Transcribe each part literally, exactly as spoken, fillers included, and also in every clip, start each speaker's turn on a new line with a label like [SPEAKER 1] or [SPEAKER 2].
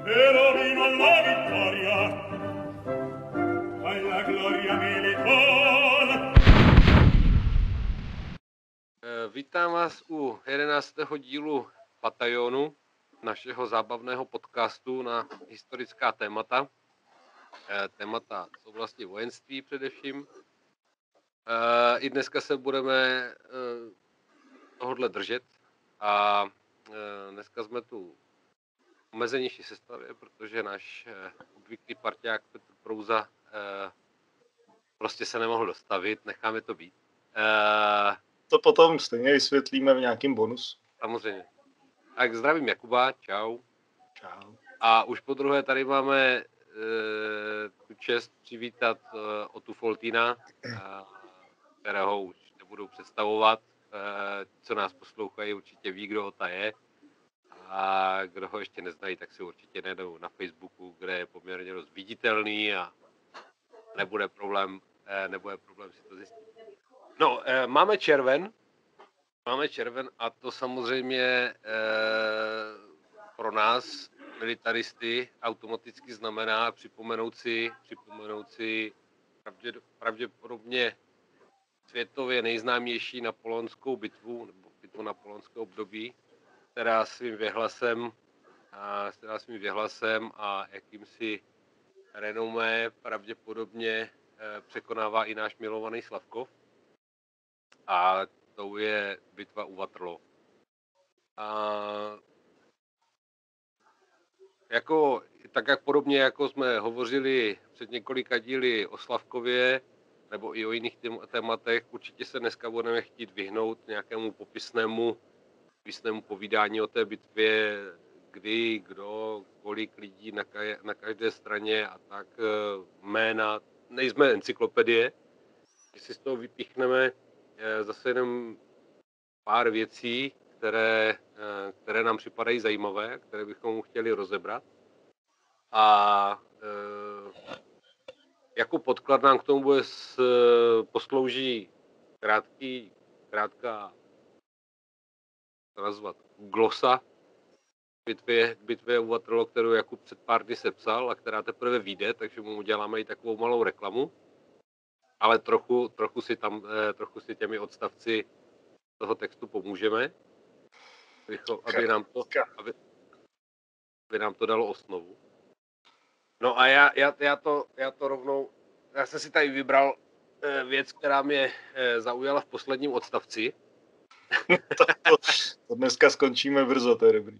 [SPEAKER 1] Però vino alla vittoria, alla gloria militar.
[SPEAKER 2] Vítám vás u jedenáctého dílu Bataljonu, našeho zábavného podcastu na historická témata. Témata z oblasti vojenství především. I dneska se budeme tohodle držet a dneska jsme tu v omezenější sestavě, protože náš obvyklý parťák Petr Prouza prostě se nemohl dostavit, necháme to být.
[SPEAKER 3] To potom stejně vysvětlíme v nějakém bonusu.
[SPEAKER 2] Samozřejmě. Tak zdravím Jakuba, čau.
[SPEAKER 3] Čau.
[SPEAKER 2] A už po druhé tady máme e, tu čest přivítat e, Otu Foltýna, e, kterého už nebudu představovat. E, co nás poslouchají, určitě ví, kdo Ota je. A kdo ho ještě neznají, tak si určitě najdou na Facebooku, kde je poměrně dost viditelný a nebude problém, e, nebude problém si to zjistit. No, e, máme červen. Máme červen a to samozřejmě e, pro nás, militaristy, automaticky znamená připomenout si, připomenout si pravdě, pravděpodobně světově nejznámější napoleonskou bitvu, nebo bitvu napoleonského období, která svým věhlasem a, která svým věhlasem a jakýmsi renomé pravděpodobně e, překonává i náš milovaný Slavkov. A to je bitva u Waterloo. A jako, tak jak podobně jako jsme hovořili před několika díly o Slavkově nebo i o jiných tématech, určitě se dneska budeme chtít vyhnout nějakému popisnému, popisnému povídání o té bitvě, kdy, kdo, kolik lidí na, ka- na každé straně a tak jména. Nejsme encyklopedie, když si z toho vypíchneme zase jenom pár věcí, které, které nám připadají zajímavé, které bychom chtěli rozebrat. A e, jako podklad nám k tomu bude s, poslouží krátký, krátká, to nazvat, glosa bitvě, k bitvě u Waterloo, kterou Jakub před pár dny sepsal a která teprve vyjde, takže mu uděláme i takovou malou reklamu. Ale trochu, trochu, si tam, trochu si těmi odstavci toho textu pomůžeme, aby nám to, aby, aby nám to dalo osnovu. No a já, já, já, to, já to rovnou, já jsem si tady vybral věc, která mě zaujala v posledním odstavci.
[SPEAKER 3] to, to, to dneska skončíme brzo, to je dobrý.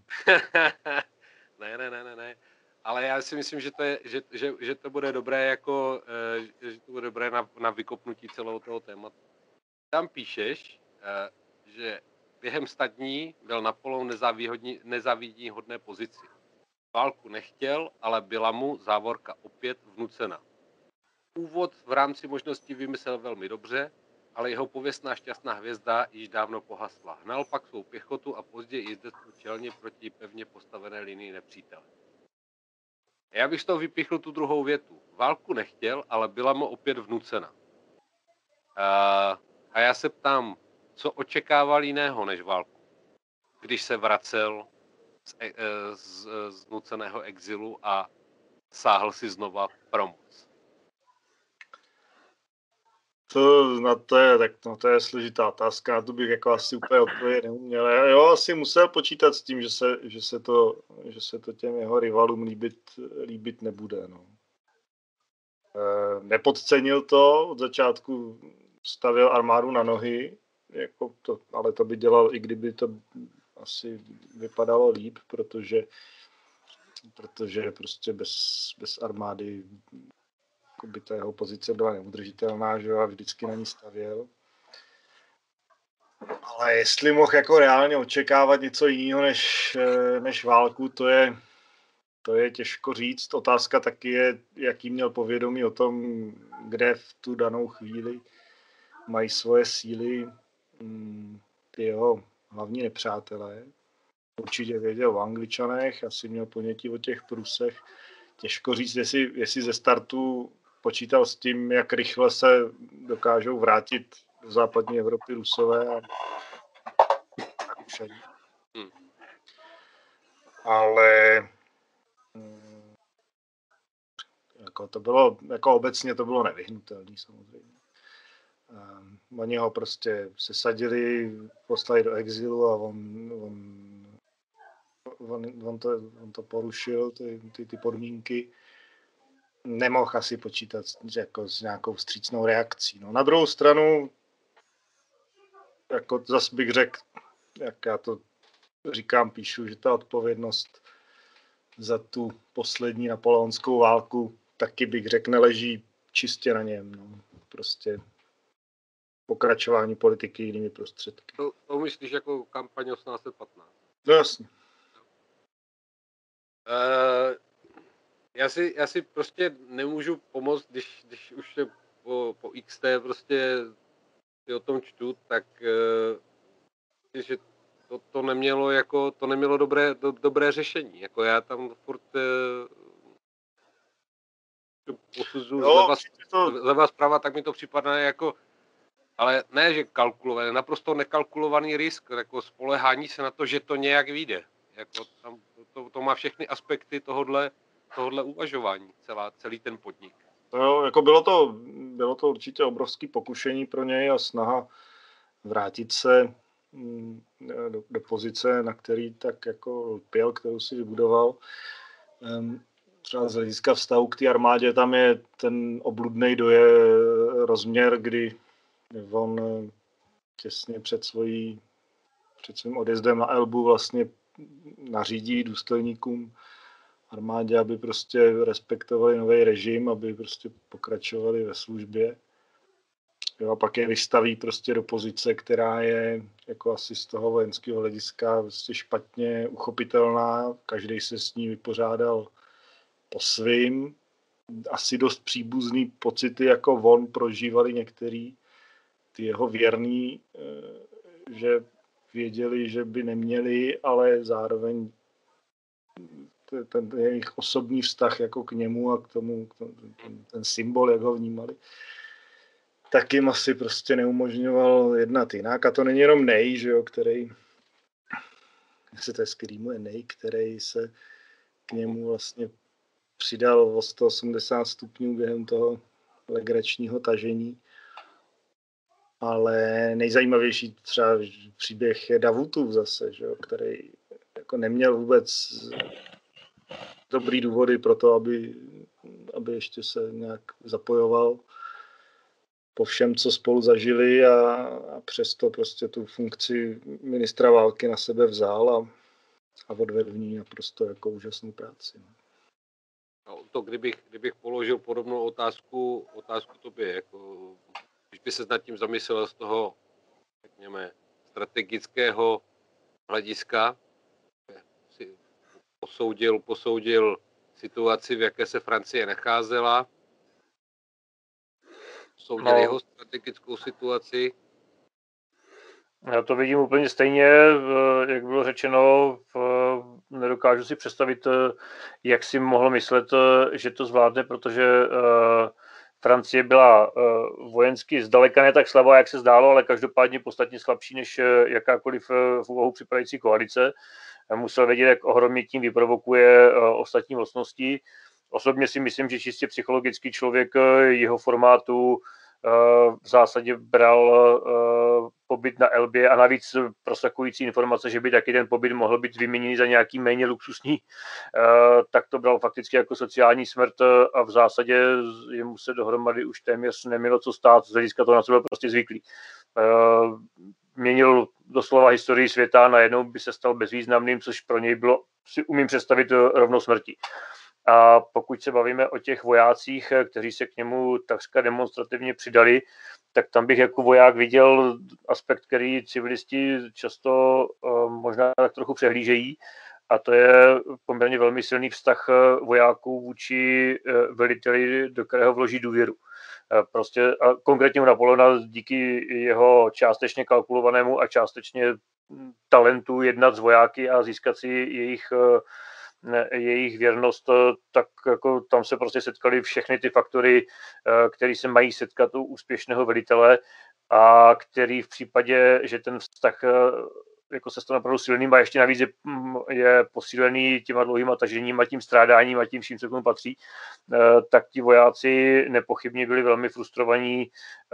[SPEAKER 2] ne, ne, ne, ne, ne. Ale já si myslím, že to, je, že, že, že to bude dobré jako, že to bude dobré na, na vykopnutí celého toho tématu. Tam píšeš, že během sta dní byl Napoleon nezávidní hodné pozici. Válku nechtěl, ale byla mu závorka opět vnucena. Úvod v rámci možností vymyslel velmi dobře, ale jeho pověstná šťastná hvězda již dávno pohasla. Hnal pak svou pěchotu a později jezdectvo čelně proti pevně postavené linii nepřítele. Já bych z toho vypíchl tu druhou větu. Válku nechtěl, ale byla mu opět vnucena. A, a já se ptám, co očekával jiného než válku, když se vracel z, z, z nuceného exilu a sáhl si znova promoc.
[SPEAKER 3] To, na to je, tak no, to je složitá otázka, na to bych jako asi úplně odpovědět neuměl. Jo, asi musel počítat s tím, že se, že se, to, že se to těm jeho rivalům líbit, líbit nebude. No. E, nepodcenil to, od začátku stavěl armádu na nohy, jako to, ale to by dělal, i kdyby to asi vypadalo líp, protože, protože prostě bez, bez armády by ta jeho pozice byla neudržitelná, že jo, a vždycky na ní stavěl. Ale jestli mohl jako reálně očekávat něco jiného než, než válku, to je, to je těžko říct. Otázka taky je, jaký měl povědomí o tom, kde v tu danou chvíli mají svoje síly ty jeho hlavní nepřátelé. Určitě věděl o Angličanech, asi měl ponětí o těch Prusech. Těžko říct, jestli, jestli ze startu počítal s tím, jak rychle se dokážou vrátit do západní Evropy Rusové a Rakušani. Hmm. Ale Jako to bylo, jako obecně to bylo nevyhnutelné samozřejmě. Um, oni ho prostě sesadili, poslali do exilu a on, on, on, on, to, on to porušil, ty, ty, ty podmínky. Nemohl asi počítat jako s nějakou vstřícnou reakcí. No, na druhou stranu, jako zase bych řekl, jak já to říkám, píšu, že ta odpovědnost za tu poslední napoleonskou válku taky bych řekl, neleží čistě na něm. No. Prostě pokračování politiky jinými prostředky.
[SPEAKER 2] To, to myslíš jako kampaň osmnáct set patnáct?
[SPEAKER 3] No jasně.
[SPEAKER 2] Uh, já, si, já si prostě nemůžu pomoct, když, když už se po, po iks té prostě si o tom čtu, tak uh, že to, to nemělo jako, to nemělo dobré, do, dobré řešení. Jako já tam furt uh, posuzuju zleva, to... zleva zprava, tak mi to připadne jako, ale ne, že kalkulovaný, naprosto nekalkulovaný risk, jako spolehání se na to, že to nějak vyjde. Jako tam, to, to má všechny aspekty tohodle, tohodle uvažování, celá, celý ten podnik.
[SPEAKER 3] No, jako bylo to, bylo to určitě obrovské pokušení pro něj a snaha vrátit se do, do pozice, na který tak jako lpěl, kterou si vybudoval. Třeba z hlediska vztahu k té armádě tam je ten obludnej doje rozměr, kdy on těsně před svojí, před svým odjezdem na Elbu vlastně nařídí důstojníkům armádě, aby prostě respektovali nový režim, aby prostě pokračovali ve službě. Jo, a pak je vystaví prostě do pozice, která je jako asi z toho vojenského hlediska prostě špatně uchopitelná. Každý se s ní vypořádal po svým. Asi dost příbuzný pocity, jako on prožívali některý ty jeho věrný, že věděli, že by neměli, ale zároveň ten jejich osobní vztah jako k němu a k tomu, k tomu ten, ten symbol, jak ho vnímali, tak jim asi prostě neumožňoval jednat jinak. A to není jenom Nej, že jo, který se to skrýmuje Nej, který se k němu vlastně přidal o sto osmdesát stupňů během toho legračního tažení. Ale nejzajímavější třeba příběh je Davutův zase, že jo, který jako neměl vůbec dobrý důvody pro to, aby, aby ještě se nějak zapojoval po všem, co spolu zažili a, a přesto prostě tu funkci ministra války na sebe vzal a, a odvedl v ní naprosto jako úžasnou práci.
[SPEAKER 2] No, to kdybych, kdybych položil podobnou otázku, otázku tobě, jako, když by se nad tím zamyslel z toho, řekněme, strategického hlediska, si posoudil, posoudil situaci, v jaké se Francie nacházela, posoudil no. jeho strategickou situaci.
[SPEAKER 4] Já to vidím úplně stejně, jak bylo řečeno, nedokážu si představit, jak si mohl myslet, že to zvládne, protože Francie byla vojensky zdaleka ne tak slabá, jak se zdálo, ale každopádně podstatně slabší než jakákoliv v úvahu připadající koalice. Musel vědět, jak ohromně tím vyprovokuje ostatní mocnosti. Osobně si myslím, že čistě psychologický člověk jeho formátu v zásadě bral pobyt na Elbě a navíc prosakující informace, že by taky ten pobyt mohl být vyměněný za nějaký méně luxusní, tak to bral fakticky jako sociální smrt a v zásadě jemu se dohromady už téměř nemělo co stát, z hlediska toho na co byl prostě zvyklý. Měnil doslova historii světa, najednou by se stal bezvýznamným, což pro něj bylo, si umím představit, rovnou smrti. A pokud se bavíme o těch vojácích, kteří se k němu takřka demonstrativně přidali, tak tam bych jako voják viděl aspekt, který civilisti často uh, možná tak trochu přehlížejí, a to je poměrně velmi silný vztah vojáků vůči uh, veliteli, do kterého vloží důvěru. Uh, prostě a konkrétně u Napoleona díky jeho částečně kalkulovanému a částečně talentu jednat s vojáky a získat si jejich uh, jejich věrnost, tak jako tam se prostě setkaly všechny ty faktory, které se mají setkat u úspěšného velitele a který v případě, že ten vztah jako se stane opravdu silným a ještě navíc je, je posílený těma dlouhýma tažením a tím strádáním a tím vším, co k tomu patří, tak ti vojáci nepochybně byli velmi frustrovaní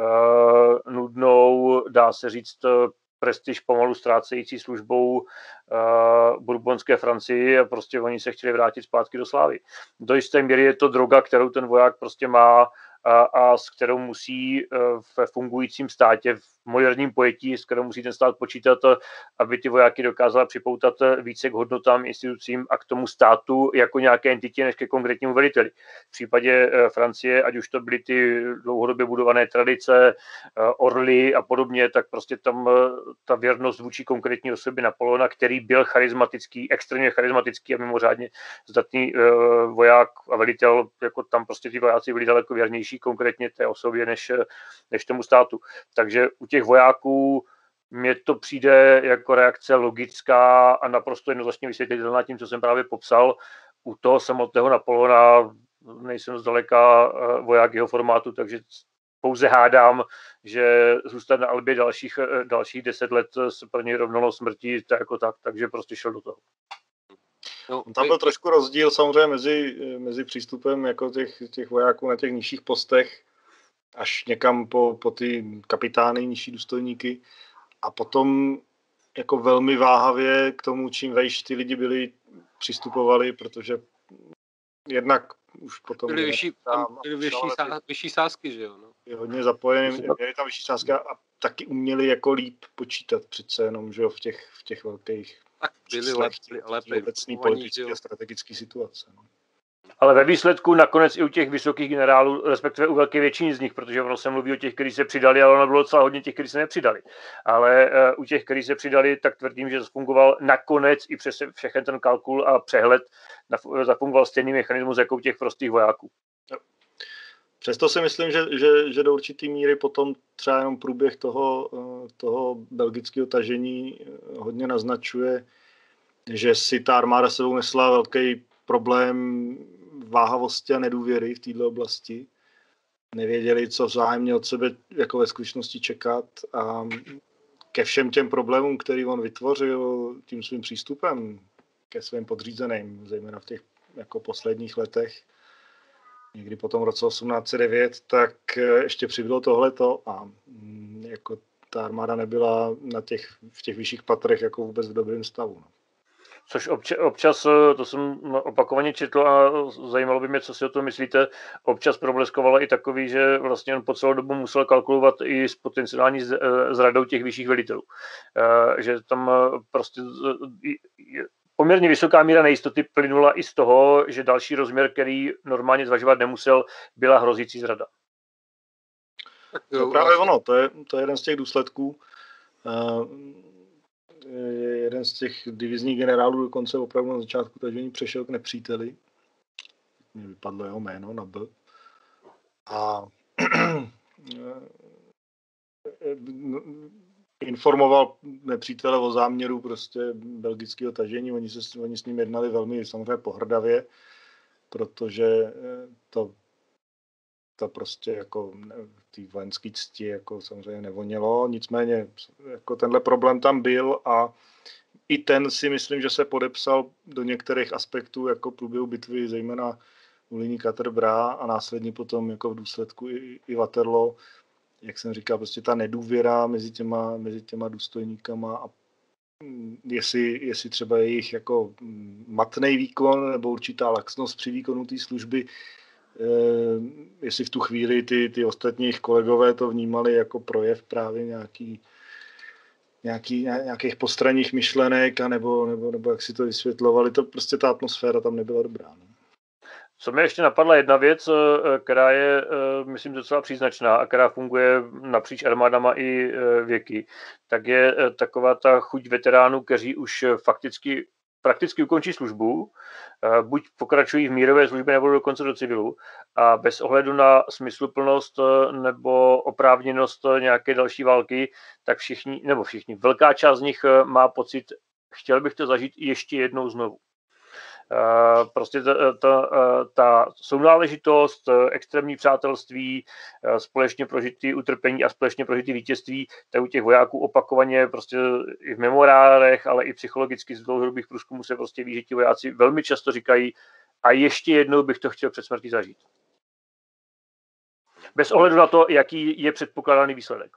[SPEAKER 4] nudnou, dá se říct, prestiž pomalu ztrácející službou uh, bourbonské Francii a prostě oni se chtěli vrátit zpátky do slávy. Do jisté míry je to droga, kterou ten voják prostě má a, a s kterou musí uh, ve fungujícím státě, v moderním pojetí, s kterou musí ten stát počítat, aby ty vojáky dokázala připoutat více k hodnotám, institucím a k tomu státu jako nějaké entitě než ke konkrétnímu veliteli. V případě uh, Francie, ať už to byly ty dlouhodobě budované tradice, uh, orly a podobně, tak prostě tam uh, ta věrnost vůči konkrétní osobě Napoleona, který byl charismatický, extrémně charismatický a mimořádně zdatný uh, voják a velitel, jako tam prostě ty vojáci byli daleko věrnější konkrétně té osobě než, než tomu státu. Takže u těch vojáků mně to přijde jako reakce logická a naprosto jednoznačně vysvětlitelná tím, co jsem právě popsal. U toho samotného Napoleona nejsem zdaleka voják jeho formátu, takže pouze hádám, že zůstat na Albě dalších, dalších deset let se pro něj rovnalo smrti, tak jako tak, takže prostě šel do toho.
[SPEAKER 3] No, tam byl trošku rozdíl samozřejmě mezi, mezi přístupem jako těch, těch vojáků na těch nižších postech až někam po, po ty kapitány, nižší důstojníky a potom jako velmi váhavě k tomu, čím vejš ty lidi byli, přistupovali, protože jednak už potom...
[SPEAKER 2] Byly vyšší, tam byly vyšší, sá, vyšší sázky, že jo? No.
[SPEAKER 3] Je hodně zapojený, měli tam vyšší sázka a taky uměli jako líp počítat přece jenom, že jo, v těch, v těch velkých...
[SPEAKER 2] Tak byli lépe, lépe
[SPEAKER 3] obecný politický a strategický situace. No.
[SPEAKER 4] Ale ve výsledku nakonec i u těch vysokých generálů, respektive u velké většiny z nich, protože ono se mluví o těch, kteří se přidali, ale ono bylo docela hodně těch, kteří se nepřidali. Ale uh, u těch, kteří se přidali, tak tvrdím, že zafungoval nakonec i přes všechen ten kalkul a přehled zafungoval stejný mechanismus jako u těch prostých vojáků.
[SPEAKER 3] Přesto si myslím, že, že, že do určitý míry potom třeba jenom průběh toho, toho belgického tažení hodně naznačuje, že si ta armáda sebou nesla velký problém váhavosti a nedůvěry v této oblasti. Nevěděli, co vzájemně od sebe jako ve skutečnosti čekat a ke všem těm problémům, který on vytvořil tím svým přístupem ke svým podřízeným, zejména v těch jako posledních letech, někdy po tom roce osmnáct set devět, tak ještě přibylo tohleto a jako ta armáda nebyla na těch, v těch vyšších patrech jako vůbec v dobrém stavu. No.
[SPEAKER 4] Což občas, občas, to jsem opakovaně četl a zajímalo by mě, co si o tom myslíte, občas probleskovalo i takový, že vlastně on po celou dobu musel kalkulovat i s potenciální zradou těch vyšších velitelů. Že tam prostě poměrně vysoká míra nejistoty plynula i z toho, že další rozměr, který normálně zvažovat nemusel, byla hrozící zrada.
[SPEAKER 3] No právě ono, to je, to je jeden z těch důsledků. Jeden z těch divizních generálů dokonce opravdu na začátku tažení přešel k nepříteli. Mně vypadlo jeho jméno na B. A informoval nepřítele o záměru prostě belgického tažení. Oni, se, oni s ním jednali velmi samozřejmě pohrdavě, protože to, to prostě jako ty vojenský cti jako samozřejmě nevonělo. Nicméně jako tenhle problém tam byl a i ten si myslím, že se podepsal do některých aspektů jako průběhu bitvy, zejména u linii Quatre-Bras a následně potom jako v důsledku i, i Waterloo, jak jsem říkal, prostě ta nedůvěra mezi těma, mezi těma důstojníkama a jestli, jestli třeba jejich jako matnej výkon nebo určitá laxnost při výkonu té služby, eh, jestli v tu chvíli ty, ty ostatní kolegové to vnímali jako projev právě nějaký, nějaký, nějakých postranních myšlenek a nebo, nebo, nebo jak si to vysvětlovali, to prostě ta atmosféra tam nebyla dobrá. No.
[SPEAKER 4] Co mě ještě napadla jedna věc, která je, myslím, docela příznačná a která funguje napříč armádama i věky, tak je taková ta chuť veteránů, kteří už fakticky prakticky ukončí službu, buď pokračují v mírové službě nebo dokonce do civilu a bez ohledu na smysluplnost nebo oprávněnost nějaké další války, tak všichni, nebo všichni, velká část z nich má pocit, chtěl bych to zažít ještě jednou znovu. Prostě ta, ta, ta sounáležitost, extrémní přátelství, společně prožitý utrpení a společně prožitý vítězství, tak u těch vojáků opakovaně prostě i v memorálech, ale i psychologicky z dlouhodobých průzkumů se prostě ví, že ti vojáci velmi často říkají a ještě jednou bych to chtěl před smrtí zažít. Bez ohledu na to, jaký je předpokládaný výsledek.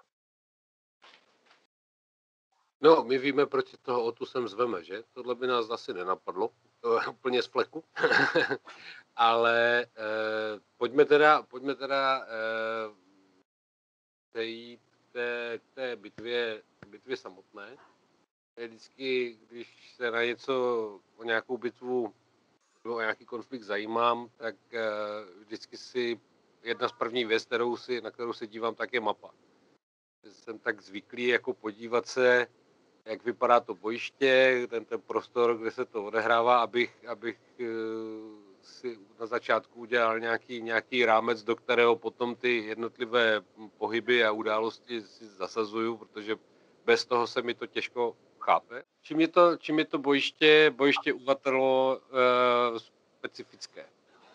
[SPEAKER 2] No, my víme, proč toho Otu sem zveme, že? Tohle by nás asi nenapadlo, to je úplně z fleku. Ale eh, pojďme teda, pojďme teda eh, přejít k té, k té bitvě, bitvě samotné. Vždycky, když se na něco, o nějakou bitvu nebo o nějaký konflikt zajímám, tak eh, vždycky si jedna z prvních věc, kterou si, na kterou se dívám, tak je mapa. Jsem tak zvyklý jako podívat se, jak vypadá to bojiště, ten, ten prostor, kde se to odehrává, abych, abych uh, si na začátku udělal nějaký, nějaký rámec, do kterého potom ty jednotlivé pohyby a události si zasazuju, protože bez toho se mi to těžko chápe. Čím je to, čím je to bojiště, bojiště u Waterloo uh, specifické?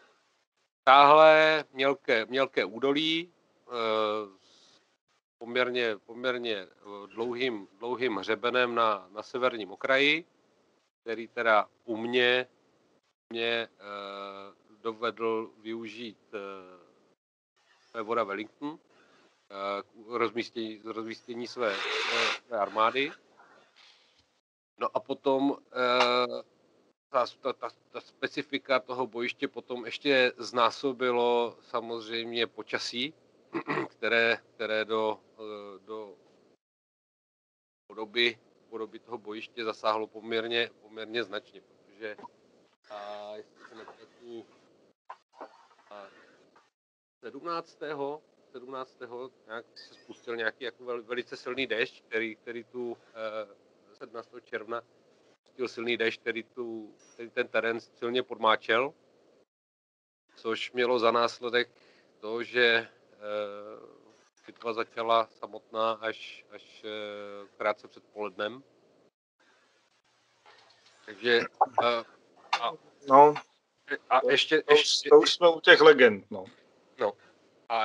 [SPEAKER 2] Táhle mělké, mělké údolí uh, poměrně, poměrně dlouhým, dlouhým hřebenem na, na severním okraji, který teda u mě, mě e, dovedl využít e, voda Wellington e, k rozmístění, rozmístění své, své, své armády. No a potom e, ta, ta, ta, ta specifika toho bojiště potom ještě znásobilo samozřejmě počasí, které, které do, do podoby, podoby toho bojiště zasáhlo poměrně, poměrně značně, protože a, jestli se nepletu, sedmnáctého sedmnáctého nějak se spustil nějaký jako vel, velice silný déšť, který, který tu eh, sedmnáctého června spustil silný déšť, který, tu, který ten terén silně podmáčel, což mělo za následek to, že bitva začala samotná až, až krátce před polednem. Takže a, a,
[SPEAKER 3] no,
[SPEAKER 2] a ještě,
[SPEAKER 3] to,
[SPEAKER 2] ještě...
[SPEAKER 3] To už jsme u těch legend, no.
[SPEAKER 2] No. A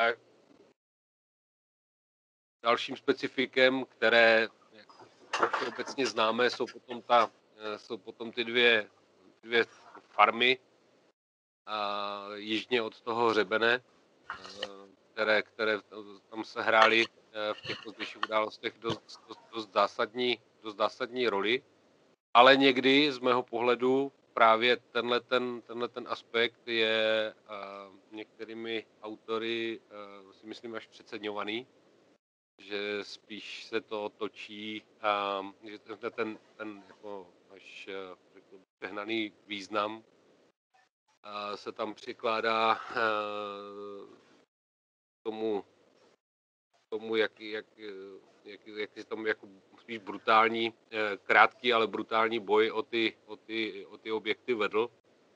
[SPEAKER 2] dalším specifikem, které obecně známe, jsou potom, ta, jsou potom ty dvě, dvě farmy a jižně od toho hřebene, které, které tam se hrály v těch pozdějších událostech dost, dost, dost, zásadní, dost zásadní roli. Ale někdy z mého pohledu právě tenhle ten, tenhle ten aspekt je uh, některými autory uh, si myslím až přeceňovaný, že spíš se to točí, uh, že ten, ten, ten jako až uh, řekl, přehnaný význam uh, se tam přikládá uh, tomu, tomu jak, jak, jak, jak je tam jako spíš brutální, krátký, ale brutální boj o ty, o ty, o ty objekty vedl.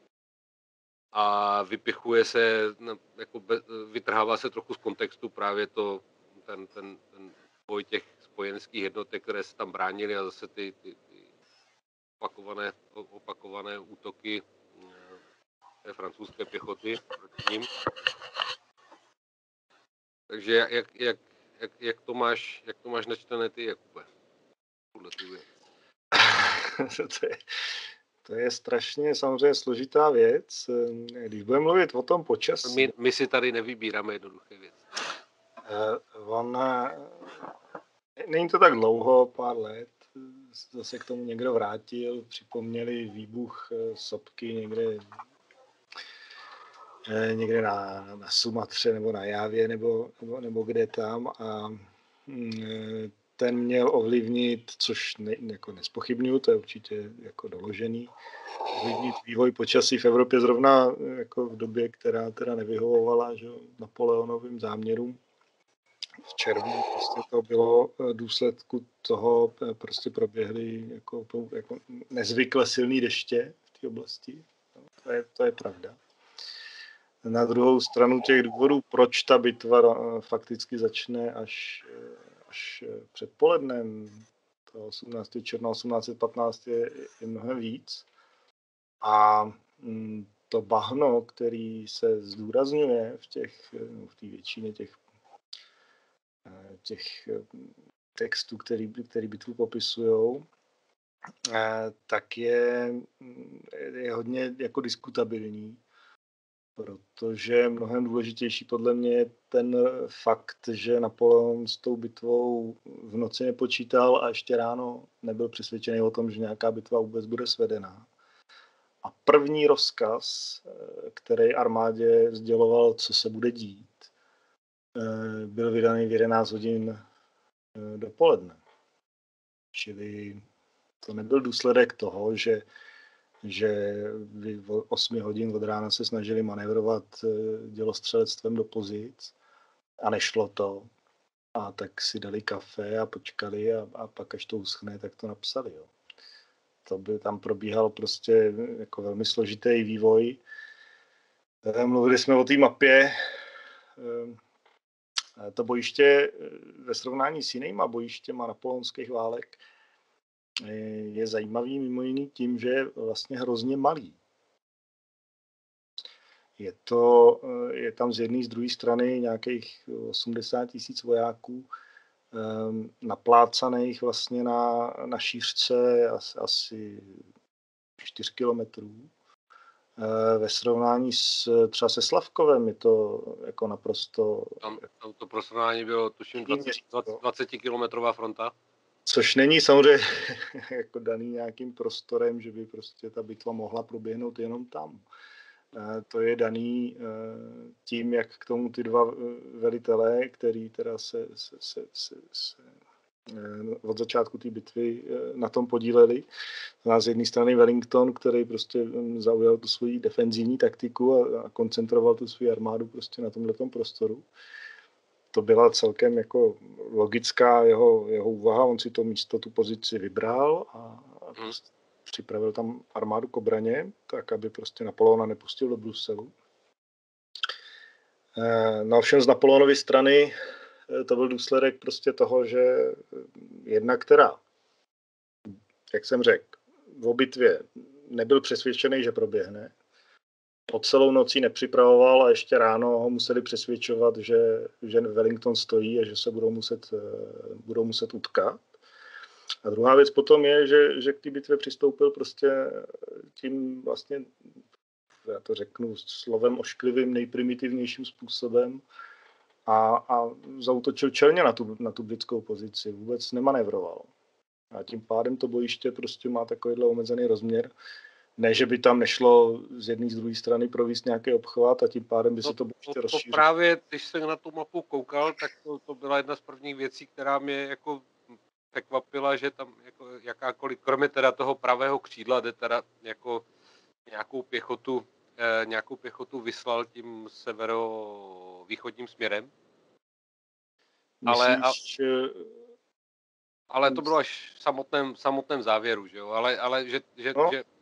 [SPEAKER 2] A vypichuje se, jako vytrhává se trochu z kontextu právě to, ten, ten, ten boj těch spojenských jednotek, které se tam bránily a zase ty, ty, ty opakované, opakované útoky té francouzské pěchoty proti ním. Takže jak, jak, jak, jak, to máš, jak to máš načtené ty, Jakube?
[SPEAKER 3] to, je, to je strašně samozřejmě složitá věc. Když budeme mluvit o tom počasí...
[SPEAKER 2] My, my si tady nevybíráme jednoduché věci.
[SPEAKER 3] Uh, on, uh, není to tak dlouho, pár let, zase k tomu někdo vrátil, připomněli výbuch uh, sopky někde někde na, na Sumatře nebo na Jávě nebo, nebo, nebo kde tam a ten měl ovlivnit, což ne, jako nespochybnuju, to je určitě jako doložený, ovlivnit vývoj počasí v Evropě zrovna jako v době, která teda nevyhovovala, že, Napoleonovým záměrům. V červnu prostě to bylo důsledku toho, prostě proběhly jako, jako nezvykle silný deště v té oblasti. To je, to je pravda. Na druhou stranu těch důvodů, proč ta bitva fakticky začne až, až předpolednem, toho osmnáctého června osmnáct set patnáct je, je mnohem víc. A to bahno, který se zdůrazňuje v těch, v té většině těch, těch textů, který, který bitvu popisujou, tak je, je hodně jako diskutabilní, protože mnohem důležitější podle mě je ten fakt, že Napoleon s tou bitvou v noci nepočítal a ještě ráno nebyl přesvědčený o tom, že nějaká bitva vůbec bude svedená. A první rozkaz, který armádě sděloval, co se bude dít, byl vydaný v jedenáct hodin dopoledne. Čili to nebyl důsledek toho, že, že v osmi hodin od rána se snažili manévrovat dělostřelectvem do pozic a nešlo to. A tak si dali kafe a počkali a, a pak, až to uschne, tak to napsali. Jo. To by tam probíhal prostě jako velmi složitý vývoj. Mluvili jsme o té mapě. To bojiště ve srovnání s jinýma bojištěma napoleonských válek je zajímavý mimo jiný tím, že je vlastně hrozně malý. Je, to, je tam z jedné z druhé strany nějakých osmdesát tisíc vojáků naplácaných vlastně na, na šířce asi, asi čtyři kilometrů. Ve srovnání s, třeba se Slavkovem je to jako naprosto...
[SPEAKER 2] Tam, tam to pro srovnání bylo tuším dvacetikilometrová fronta.
[SPEAKER 3] Což není samozřejmě jako daný nějakým prostorem, že by prostě ta bitva mohla proběhnout jenom tam. To je daný tím, jak k tomu ty dva velitelé, který teda se, se, se, se, se od začátku té bitvy na tom podíleli. Z jedné strany Wellington, který prostě zaujal tu svoji defenzivní taktiku a, a koncentroval tu svou armádu prostě na tomhletom prostoru. To byla celkem jako logická jeho, jeho úvaha, on si to místo, tu pozici vybral a, a prostě připravil tam armádu k obraně, tak aby prostě Napoleona nepustil do Bruselu. No ovšem z Napoleonovy strany to byl důsledek prostě toho, že jedna, která, jak jsem řekl, v bitvě nebyl přesvědčený, že proběhne, po celou nocí nepřipravoval a ještě ráno ho museli přesvědčovat, že, že Wellington stojí a že se budou muset, budou muset utkat. A druhá věc potom je, že, že k té bitvě přistoupil prostě tím vlastně, já to řeknu slovem ošklivým, nejprimitivnějším způsobem a, a zaútočil čelně na tu, na tu britskou pozici, vůbec nemanévroval. A tím pádem to bojiště prostě má takovýhle omezený rozměr. Ne, že by tam nešlo z jedné z druhé strany provést nějaký obchvat a tím pádem by no, se to bojiště rozšířilo.
[SPEAKER 2] Právě, když jsem na tu mapu koukal, tak to, to byla jedna z prvních věcí, která mě jako překvapila, že tam jako jakákoliv, kromě teda toho pravého křídla, kde teda jako nějakou pěchotu, eh, nějakou pěchotu vyslal tím severovýchodním směrem. Ale,
[SPEAKER 3] Myslíš,
[SPEAKER 2] a, ale to bylo až v samotném, samotném závěru, že jo? Ale, ale že, že, no. že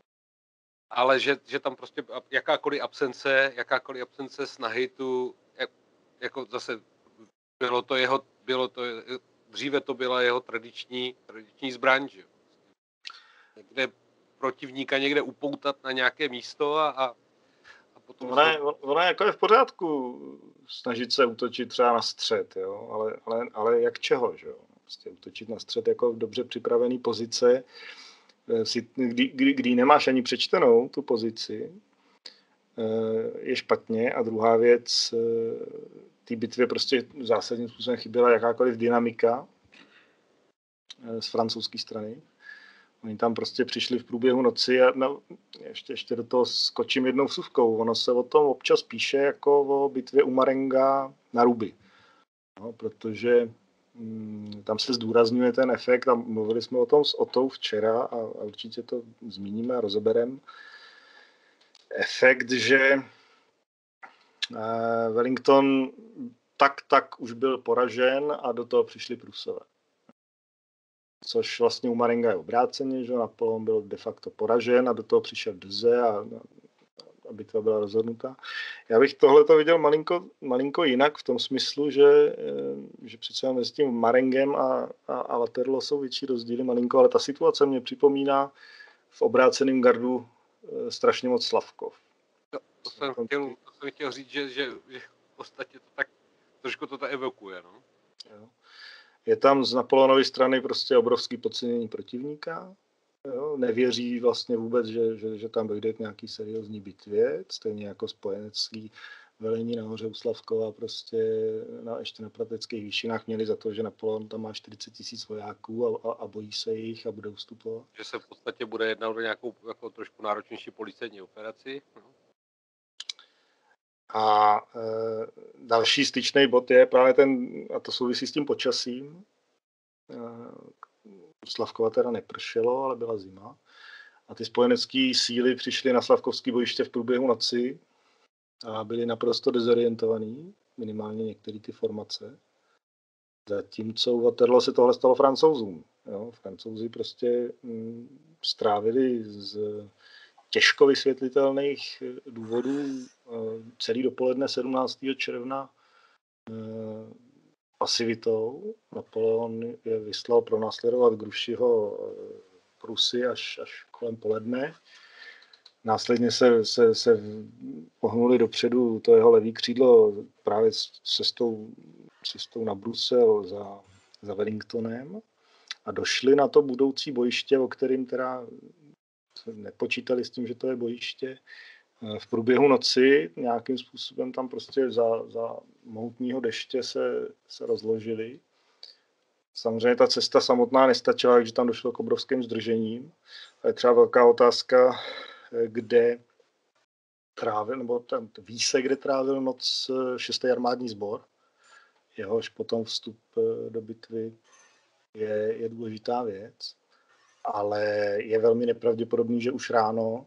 [SPEAKER 2] ale že, že tam prostě jakákoliv absence, jakákoliv absence snahy tu, jako zase bylo to jeho, bylo to, dříve to byla jeho tradiční, tradiční zbraň, že jo? Někde protivníka někde upoutat na nějaké místo a, a, a potom...
[SPEAKER 3] Ona je, ona je jako je v pořádku snažit se útočit třeba na střed, jo? Ale, ale, ale jak čeho, že jo? Prostě útočit na střed jako v dobře připravený pozice, kdy, kdy, kdy nemáš ani přečtenou tu pozici, je špatně. A druhá věc, té bitvě prostě zásadním způsobem chyběla jakákoliv dynamika z francouzské strany. Oni tam prostě přišli v průběhu noci a no, ještě, ještě do toho skočím jednou vsuvkou. Ono se o tom občas píše jako o bitvě u Marenga na Ruby. No, protože hm, tam se zdůrazňuje ten efekt a mluvili jsme o tom s Otou včera a, a určitě to zmíníme a rozebereme. Efekt, že eh, Wellington tak tak už byl poražen a do toho přišli Prusové. Což vlastně u Marenga je obráceně, že Napoleon byl de facto poražen a do toho přišel Dze a, a bitva byla rozhodnutá. Já bych tohleto viděl malinko, malinko jinak v tom smyslu, že, že přece mezi tím Marengem a, a, a Waterloo jsou větší rozdíly malinko, ale ta situace mě připomíná v obráceném gardu strašně moc Slavkov.
[SPEAKER 2] To, to, jsem chtěl, to jsem chtěl říct, že, že, že v podstatě to tak trošku to tak evokuje. No?
[SPEAKER 3] Jo. Je tam z Napoleonovy strany prostě obrovský podcenění protivníka. Jo. Nevěří vlastně vůbec, že, že, že tam dojde k nějaký seriózní bitvě, stejně jako spojenecký velení nahoře u Slavkova prostě na, ještě na prateckých výšinách měli za to, že Napoleon tam má čtyřicet tisíc vojáků a, a, a bojí se jich a bude ustupovat.
[SPEAKER 2] Že se v podstatě bude jednat o nějakou jako trošku náročnější policejní operaci. No.
[SPEAKER 3] A e, další styčný bod je právě ten, a to souvisí s tím počasím. E, Slavkova teda nepršelo, ale byla zima. A ty spojenecké síly přišly na Slavkovské bojiště v průběhu noci a byli naprosto dezorientovaní, minimálně některé ty formace. Zatímco u Waterloo se tohle stalo Francouzům. Jo, Francouzi prostě m, strávili z těžko vysvětlitelných důvodů celý dopoledne sedmnáctého června pasivitou. Napoleon je vyslal pronásledovat Grouchyho Prusy až, až kolem poledne. Následně se, se, se pohnuli dopředu to jeho levý křídlo právě cestou, cestou na Brusel za, za Wellingtonem a došli na to budoucí bojiště, o kterým teda nepočítali s tím, že to je bojiště. V průběhu noci nějakým způsobem tam prostě za, za mohutního deště se, se rozložili. Samozřejmě ta cesta samotná nestačila, takže tam došlo k obrovským zdržením. A je třeba velká otázka, kde trávil, nebo ten ví se, kde trávil noc šestý armádní sbor. Jehož potom vstup do bitvy je, je důležitá věc. Ale je velmi nepravděpodobný, že už ráno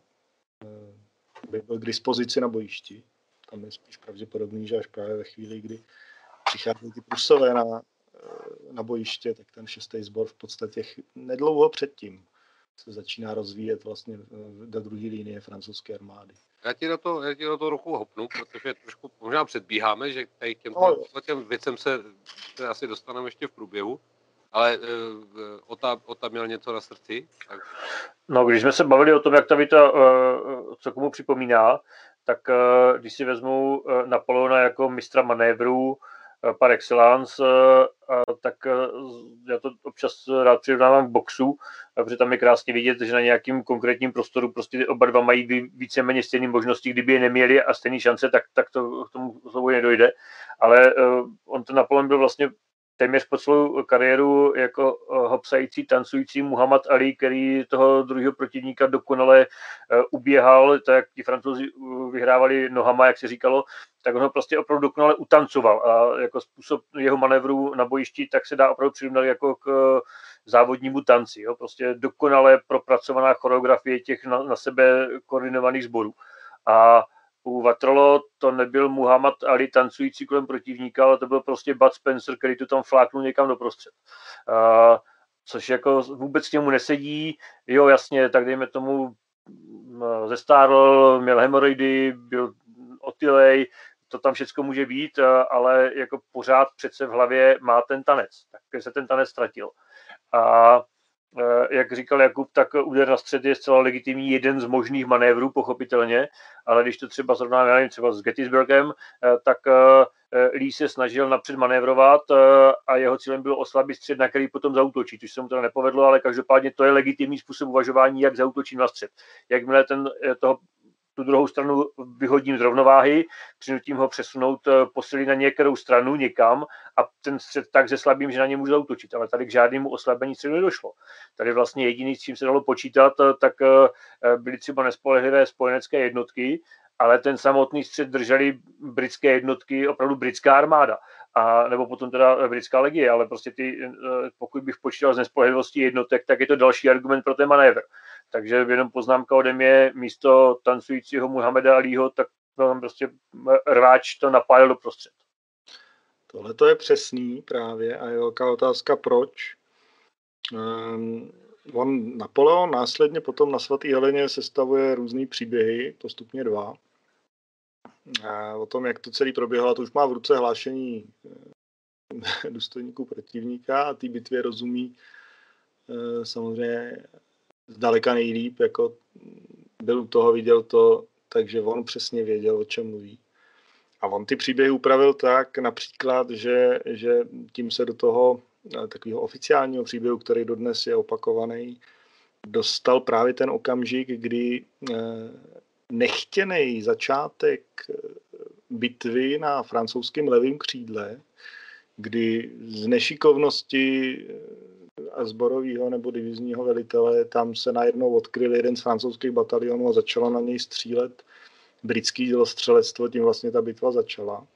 [SPEAKER 3] by byl k dispozici na bojišti. Tam je spíš pravděpodobný, že až právě ve chvíli, kdy přichází ty Prusové na, na bojiště, tak ten šestý sbor v podstatě nedlouho předtím se začíná rozvíjet vlastně do druhé linie francouzské armády.
[SPEAKER 2] Já ti do toho, já ti do toho ruku hopnu, protože trošku možná předbíháme, že tady k těmto no, těm věcem se, se asi dostaneme ještě v průběhu. Ale uh, Ota, Ota měl něco na srdci? Tak...
[SPEAKER 4] No, když jsme se bavili o tom, jak ta věta, uh, co komu připomíná, tak uh, když si vezmu uh, Napoleona jako mistra manévrů uh, par excellence, uh, uh, tak uh, já to občas rád přirovnávám k boxu, protože tam je krásně vidět, že na nějakým konkrétním prostoru prostě oba dva mají víceméně stejné možnosti, kdyby je neměli a stejné šance, tak, tak to k tomu souboji nedojde. Ale uh, on ten Napoleon byl vlastně téměř po celou kariéru jako hopsající, tancující Muhammad Ali, který toho druhého protivníka dokonale uběhal, tak jak ti Francouzi vyhrávali nohama, jak se říkalo, tak on ho prostě opravdu dokonale utancoval a jako způsob jeho manévrů na bojišti, tak se dá opravdu přirovnat jako k závodnímu tanci. Jo? Prostě dokonale propracovaná choreografie těch na, na sebe koordinovaných sborů. A u Waterloo to nebyl Muhammad Ali tancující kolem protivníka, ale to byl prostě Bud Spencer, který to tam fláknul někam doprostřed. Uh, což jako vůbec k němu nesedí. Jo, jasně, tak dejme tomu uh, zestárl, měl hemoroidy, byl otylej, to tam všechno může být, uh, ale jako pořád přece v hlavě má ten tanec. Tak se ten tanec ztratil. A jak říkal Jakub, tak úder na střed je zcela legitimní jeden z možných manévrů, pochopitelně, ale když to třeba srovnáme, nevím, třeba s Gettysburgem, tak Lee se snažil napřed manévrovat a jeho cílem bylo oslabit střed, na který potom zaútočí, což se mu teda nepovedlo, ale každopádně to je legitimní způsob uvažování, jak zaútočím na střed. Jakmile ten, toho tu druhou stranu vyhodím z rovnováhy, přinutím ho přesunout posily na některou stranu někam a ten střed tak zeslabím, že na ně můžu zautočit. Ale tady k žádnému oslabení středu nedošlo. Tady vlastně jediný, s čím se dalo počítat, tak byly třeba nespolehlivé spojenecké jednotky, ale ten samotný střed drželi britské jednotky, opravdu britská armáda. A, nebo potom teda britská legie, ale prostě ty, pokud bych počítal z nespolehlivostí jednotek, tak je to další argument pro ten manévr. Takže jenom poznámka ode mě, místo tancujícího Muhammada Alího, tak tam prostě rváč to napálil do prostřed.
[SPEAKER 3] Tohle to je přesný právě a je velká otázka, proč. Um, on Napoleon následně potom na svatý Heleně sestavuje různý příběhy, postupně dva. A o tom, jak to celý proběhlo, to už má v ruce hlášení důstojníků protivníka a té bitvě rozumí samozřejmě zdaleka nejlíp jako byl u toho, viděl to, takže on přesně věděl, o čem mluví. A on ty příběhy upravil tak například, že, že tím se do toho takového oficiálního příběhu, který dodnes je opakovaný, dostal právě ten okamžik, kdy nechtěný začátek bitvy na francouzském levém křídle, kdy z nešikovnosti a sborového nebo divizního velitele tam se najednou odkryl jeden z francouzských batalionů a začalo na něj střílet britský dělostřelectvo, tím vlastně ta bitva začala.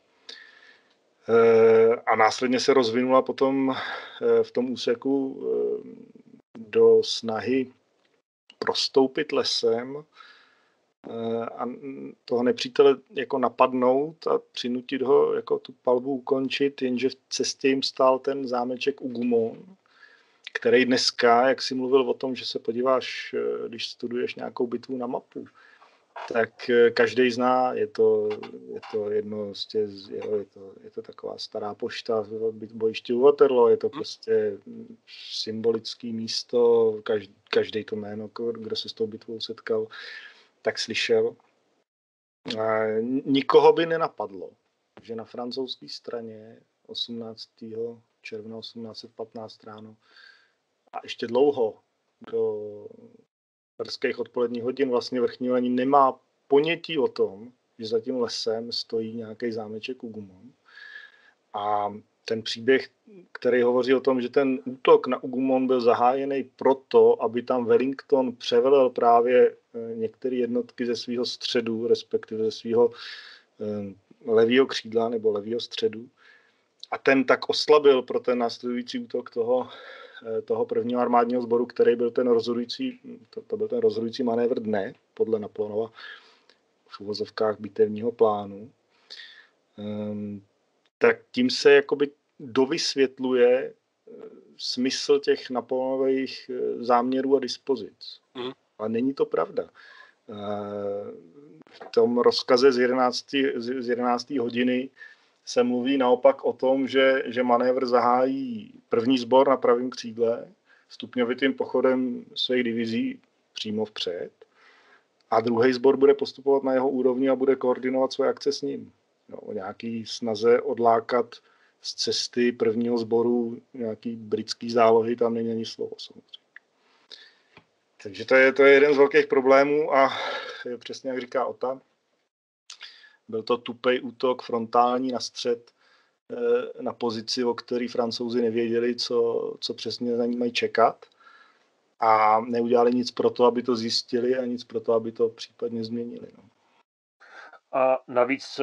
[SPEAKER 3] A následně se rozvinula potom v tom úseku do snahy prostoupit lesem a toho nepřítele jako napadnout a přinutit ho jako tu palbu ukončit, jenže v cestě jim stál ten zámeček Hougoumont, který dneska, jak jsi mluvil o tom, že se podíváš, když studuješ nějakou bitvu na mapu, tak každý zná, je to, je to jedno z těch, je to, je to taková stará pošta v bojišti u Waterloo, je to prostě symbolické místo, každý, každý to jméno, kdo se s tou bitvou setkal, tak slyšel. A nikoho by nenapadlo, že na francouzské straně osmnáctého června osmnáct set patnáct ráno a ještě dlouho do brzkých odpoledních hodin vlastně vrchní velení nemá ponětí o tom, že za tím lesem stojí nějaký zámeček Hougoumont. A ten příběh, který hovoří o tom, že ten útok na Hougoumont byl zahájený proto, aby tam Wellington převelel právě některé jednotky ze svého středu, respektive ze svého levého křídla nebo levého středu. A ten tak oslabil pro ten následující útok toho, toho prvního armádního sboru, který byl ten rozhodující, to, to byl ten rozhodující manévr dne, podle Napoleonova v uvozovkách bitevního plánu. Um, tak tím se jakoby dovysvětluje smysl těch Napoleonových záměrů a dispozic. Mm. Ale není to pravda. V tom rozkaze z jedenácté hodiny se mluví naopak o tom, že, že manévr zahájí první sbor na pravém křídle stupňovitým pochodem svých divizí přímo vpřed a druhý sbor bude postupovat na jeho úrovni a bude koordinovat své akce s ním. No, o nějaký snaze odlákat z cesty prvního sboru nějaký britský zálohy, tam není ani slovo samozřejmě. Takže to je, to je jeden z velkých problémů a je přesně jak říká Ota. Byl to tupej útok frontální na střed na pozici, o který Francouzi nevěděli, co, co přesně za ní mají čekat a neudělali nic pro to, aby to zjistili a nic pro to, aby to případně změnili. No.
[SPEAKER 4] A navíc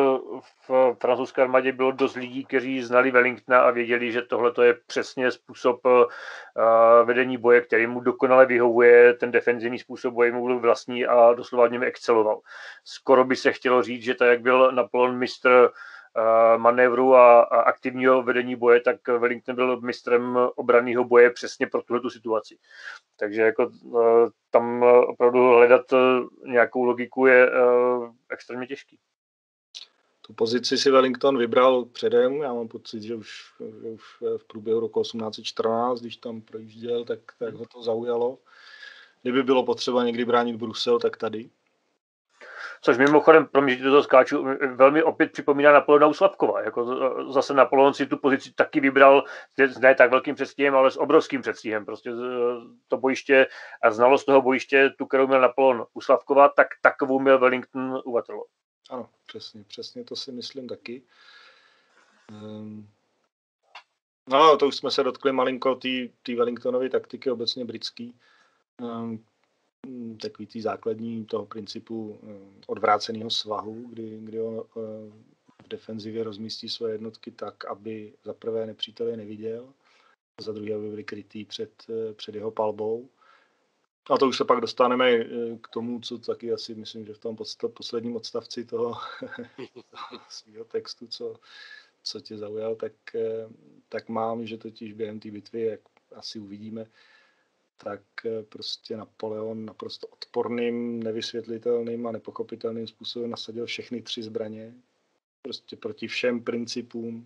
[SPEAKER 4] v francouzské armádě bylo dost lidí, kteří znali Wellingtona a věděli, že tohle je přesně způsob vedení boje, který mu dokonale vyhovuje, ten defenzivní způsob boje mu byl vlastní a doslova v něm exceloval. Skoro by se chtělo říct, že tak, jak byl Napoleon mistr manévru a aktivního vedení boje, tak Wellington byl mistrem obranného boje přesně pro tuhletu situaci. Takže jako tam opravdu hledat nějakou logiku je extrémně těžký.
[SPEAKER 3] Tu pozici si Wellington vybral předem, já mám pocit, že už, že už v průběhu roku osmnáct set čtrnáct, když tam projížděl, tak, tak ho to zaujalo. Kdyby bylo potřeba někdy bránit Brusel, tak tady.
[SPEAKER 4] Což mimochodem, pro mě, že to skáču, velmi opět připomíná Napoleona u Slavkova. Jako zase Napoleon si tu pozici taky vybral s ne tak velkým předstihem, ale s obrovským předstihem. Prostě to bojiště a znalost toho bojiště, tu, kterou měl Napoleon u Slavkova, tak takovou měl Wellington u Waterloo.
[SPEAKER 3] Ano, přesně, přesně to si myslím taky. Um, no, to už jsme se dotkli malinko té Wellingtonovy taktiky, obecně britský. Um, takový tý základní toho principu odvráceného svahu, kdy, kdy on v defenzivě rozmístí své jednotky tak, aby za prvé nepřítel je neviděl, a za druhé, aby byli krytý před, před jeho palbou. A to už se pak dostaneme k tomu, co taky asi myslím, že v tom posledním odstavci toho, toho svého textu, co, co tě zaujal, tak, tak mám, že totiž během té bitvy, jak asi uvidíme, tak prostě Napoleon naprosto odporným, nevysvětlitelným a nepochopitelným způsobem nasadil všechny tři zbraně. Prostě proti všem principům,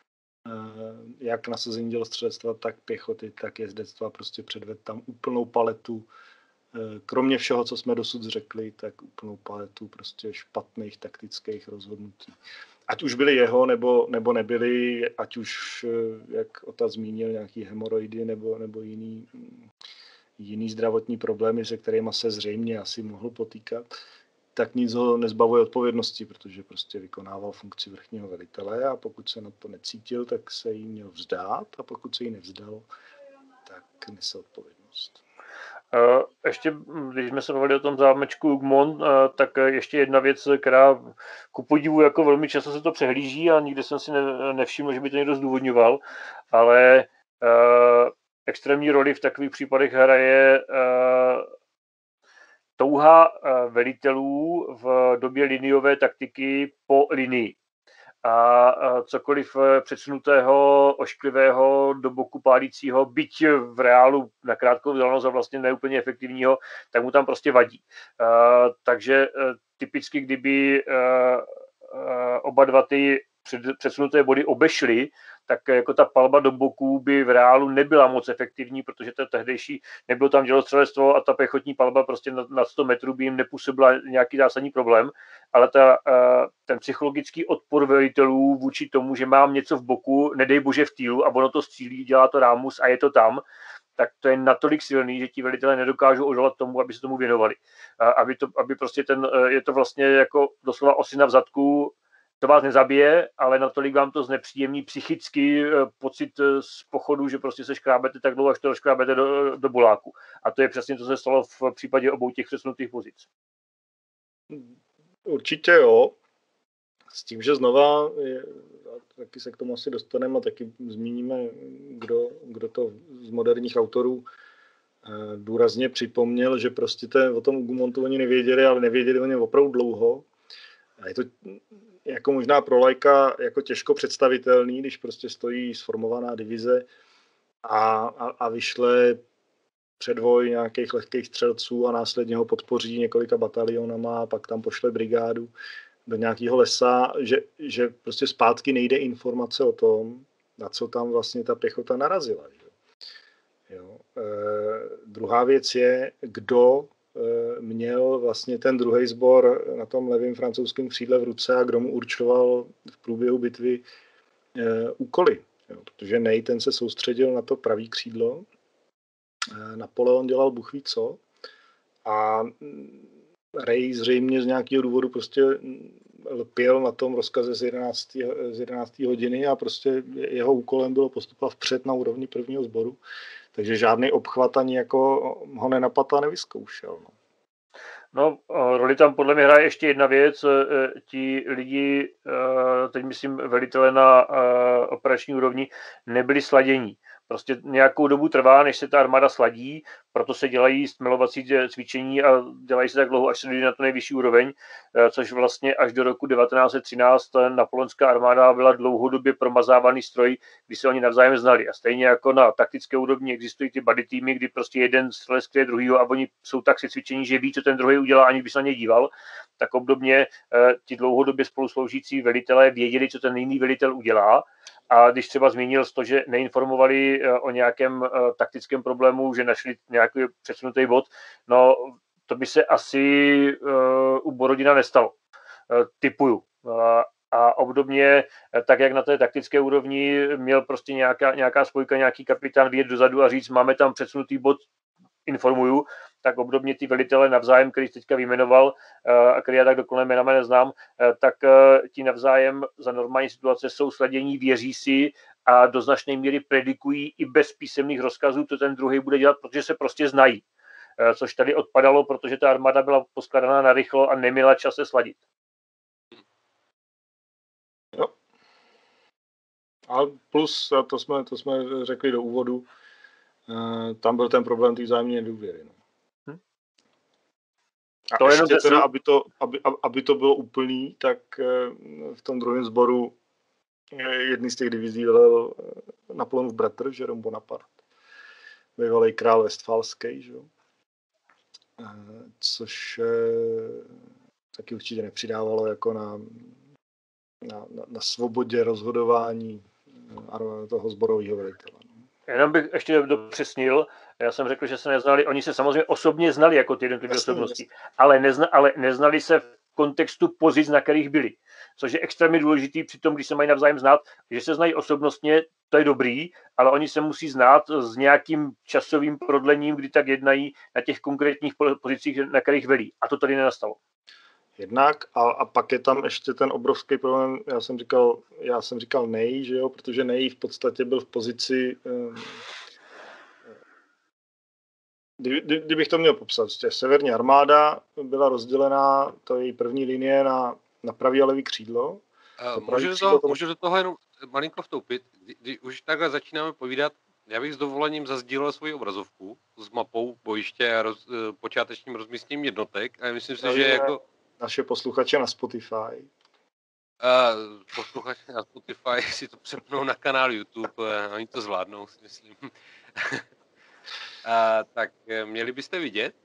[SPEAKER 3] jak nasazení dělostřelectva, tak pěchoty, tak jezdectva. Prostě předvedl tam úplnou paletu kromě všeho, co jsme dosud řekli, tak úplnou paletu prostě špatných taktických rozhodnutí. Ať už byly jeho, nebo, nebo nebyly, ať už, jak Ota zmínil, nějaký hemoroidy nebo, nebo jiný, jiný zdravotní problémy, se kterými se zřejmě asi mohl potýkat, tak nic ho nezbavuje odpovědnosti, protože prostě vykonával funkci vrchního velitele a pokud se na to necítil, tak se jí měl vzdát a pokud se jí nevzdal, tak nese odpovědnost.
[SPEAKER 4] Ještě, když jsme se bavili o tom zámečku Gmont, tak ještě jedna věc, která ku podivu jako velmi často se to přehlíží a nikdy jsem si nevšiml, že by to někdo zdůvodňoval, ale extrémní roli v takových případech hraje touha velitelů v době liniové taktiky po linii. A cokoliv předsunutého, ošklivého, do boku pálícího, byť v reálu na krátkou vzdálenost a vlastně neúplně efektivního, tak mu tam prostě vadí. Takže typicky, kdyby oba dva ty předsunuté body obešly, tak jako ta palba do boků by v reálu nebyla moc efektivní, protože to tehdejší nebylo tam dělostřelectvo a ta pěchotní palba prostě nad sto metrů by jim nepůsobila nějaký zásadní problém, ale ta, ten psychologický odpor velitelů vůči tomu, že mám něco v boku, nedej bože v týlu a ono to střílí, dělá to rámus a je to tam, tak to je natolik silný, že ti velitelé nedokážou odolat tomu, aby se tomu věnovali. Aby, to, aby prostě ten, je to vlastně jako doslova osina v zadku, to vás nezabije, ale natolik vám to znepříjemní psychicky pocit z pochodu, že prostě se škrábete tak dlouho, až to škrábete do, do buláku. A to je přesně to, co se stalo v případě obou těch přesunutých pozic.
[SPEAKER 3] Určitě jo. S tím, že znova, je, taky se k tomu asi dostaneme a taky zmíníme, kdo, kdo to z moderních autorů důrazně připomněl, že prostě ten, o tom Gmontu oni nevěděli, ale nevěděli o něm opravdu dlouho. A je to jako možná pro laika jako těžko představitelný, když prostě stojí sformovaná divize a, a, a vyšle předvoj nějakých lehkých střelců a následně ho podpoří několika batalionama a pak tam pošle brigádu do nějakého lesa, že, že prostě zpátky nejde informace o tom, na co tam vlastně ta pěchota narazila. Že? Jo. E, druhá věc je, kdo měl vlastně ten druhý sbor na tom levém francouzském křídle v ruce a kdo mu určoval v průběhu bitvy e, úkoly. Jo, protože Nej, ten se soustředil na to pravý křídlo, e, Napoleon dělal bůh ví co a Ray zřejmě z nějakého důvodu prostě lpěl na tom rozkaze z jedenácté hodiny a prostě jeho úkolem bylo postupovat vpřed na úrovni prvního sboru. Takže žádný obchvat ani jako ho nenapadl a nevyzkoušel. No.
[SPEAKER 4] No, roli tam podle mě hraje ještě jedna věc. Ti lidi, teď myslím velitelé na operační úrovni, nebyli sladění. Prostě nějakou dobu trvá, než se ta armáda sladí, proto se dělají stmelovací cvičení a dělají se tak dlouho, až se dojde na tu nejvyšší úroveň, což vlastně až do roku devatenáct set třináct napoleonská armáda byla dlouhodobě promazávaný stroj, kdy se oni navzájem znali. A stejně jako na taktické úrovni existují ty buddy týmy, kdy prostě jeden střelec kryje druhýho a oni jsou tak si cvičení, že ví, co ten druhý udělá, aniž by se na ně díval. Tak obdobně ti dlouhodobě spolusloužící velitelé věděli, co ten jiný velitel udělá. A když třeba zmínil to, že neinformovali o nějakém taktickém problému, že našli nějaký předsunutý bod, no to by se asi u Borodina nestalo. Typuju. A obdobně, tak jak na té taktické úrovni měl prostě nějaká, nějaká spojka, nějaký kapitán vyjet dozadu a říct, máme tam předsunutý bod, informuju, tak obdobně ty velitele navzájem, který teďka vyjmenoval a který já tak dokonale jménama neznám, tak ti navzájem za normální situace jsou sladění, věří si a do značné míry predikují i bez písemných rozkazů, to ten druhý bude dělat, protože se prostě znají. Což tady odpadalo, protože ta armáda byla poskladaná na rychlo a neměla čas se sladit.
[SPEAKER 3] Jo. A plus, a to jsme, to jsme řekli do úvodu, tam byl ten problém té vzájemné nedůvěry. No.
[SPEAKER 4] Hm?
[SPEAKER 3] A
[SPEAKER 4] to
[SPEAKER 3] ještě teda, aby to, aby, aby to bylo úplný, tak v tom druhém sboru jedný z těch divizí velel Napoleonův bratr, Jérôme Bonaparte, bývalý král Westfalský, že? Což taky určitě nepřidávalo jako na, na, na, na svobodě rozhodování toho sborového velitele.
[SPEAKER 4] Jenom bych ještě dopřesnil, já jsem řekl, že se neznali, oni se samozřejmě osobně znali jako ty jednotlivé osobnosti, ale, nezna, ale neznali se v kontextu pozic, na kterých byli. Což je extrémně důležitý při tom, když se mají navzájem znát, že se znají osobnostně, to je dobrý, ale oni se musí znát s nějakým časovým prodlením, kdy tak jednají na těch konkrétních pozicích, na kterých velí. A to tady nenastalo.
[SPEAKER 3] Jednak a, a pak je tam ještě ten obrovský problém, já jsem říkal, já jsem říkal Nej, že jo, protože Nej v podstatě byl v pozici, um, kdy, kdy, kdybych to měl popsat, prostě severní armáda byla rozdělená, to její první linie na, na pravý a levý křídlo.
[SPEAKER 2] Uh, můžu, do toho, to... můžu do toho jenom malinko vstoupit, kdy, kdy už takhle začínáme povídat, já bych s dovolením zazdílel svoji obrazovku s mapou bojiště a roz, počátečním rozmístěním jednotek a myslím si, že jako
[SPEAKER 3] naše posluchače na Spotify.
[SPEAKER 2] Uh, posluchače na Spotify si to přepnou na kanál YouTube, uh, oni to zvládnou, si myslím. uh, tak měli byste vidět?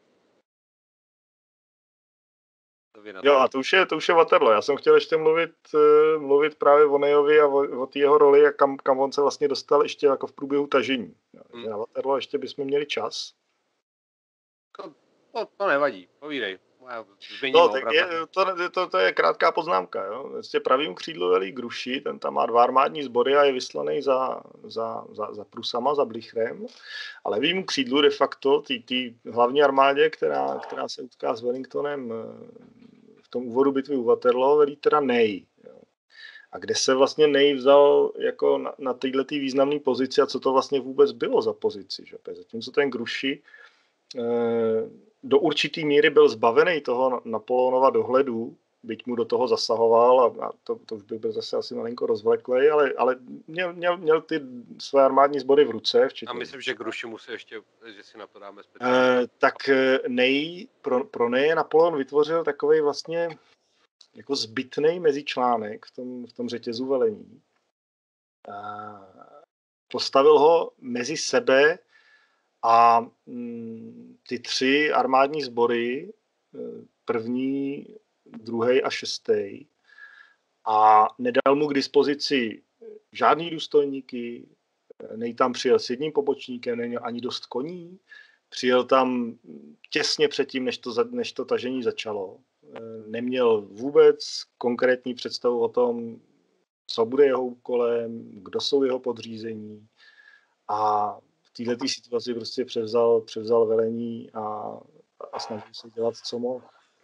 [SPEAKER 3] Jo, a to už je, to už je Waterloo. Já jsem chtěl ještě mluvit, uh, mluvit právě o Nejovi a o, o té jeho roli a kam, kam on se vlastně dostal ještě jako v průběhu tažení. Hmm. Na Waterloo ještě bychom měli čas.
[SPEAKER 2] To, to, to nevadí, povídej.
[SPEAKER 3] No, tak je, to, to, to je krátká poznámka. Jo. Vlastně pravým křídlu velí Gruši, ten tam má dva armádní sbory a je vyslaný za, za, za, za Prusama, za Blichrem. A levým křídlu de facto, té hlavní armádě, která, která se utká s Wellingtonem v tom úvodu bitvy u Waterloo, velí teda Nej. Jo. A kde se vlastně Nej vzal jako na, na této významné pozici a co to vlastně vůbec bylo za pozici. Že? Zatímco ten Gruši eh, do určitý míry byl zbavený toho Napoleonova dohledu, byť mu do toho zasahoval a, a to, to už bych byl zase asi malinko rozvleklej, ale, ale měl, měl, měl ty své armádní sbory v ruce. Včetně.
[SPEAKER 2] A myslím, že Gruši musí ještě, že si na to dáme speciálně.
[SPEAKER 3] E, tak Nej, pro, pro Nej Napoleon vytvořil takovej vlastně jako zbytnej mezičlánek v tom, v tom řetězu velení. E, postavil ho mezi sebe a mm, ty tři armádní sbory, první, druhý a šestý, a nedal mu k dispozici žádný důstojníky, Nej tam přijel s jedním pobočníkem, neměl ani dost koní, přijel tam těsně předtím, než to, než to tažení začalo. Neměl vůbec konkrétní představu o tom, co bude jeho úkolem, kdo jsou jeho podřízení a v této situaci prostě převzal, převzal velení a, a snažil se dělat, co mohl.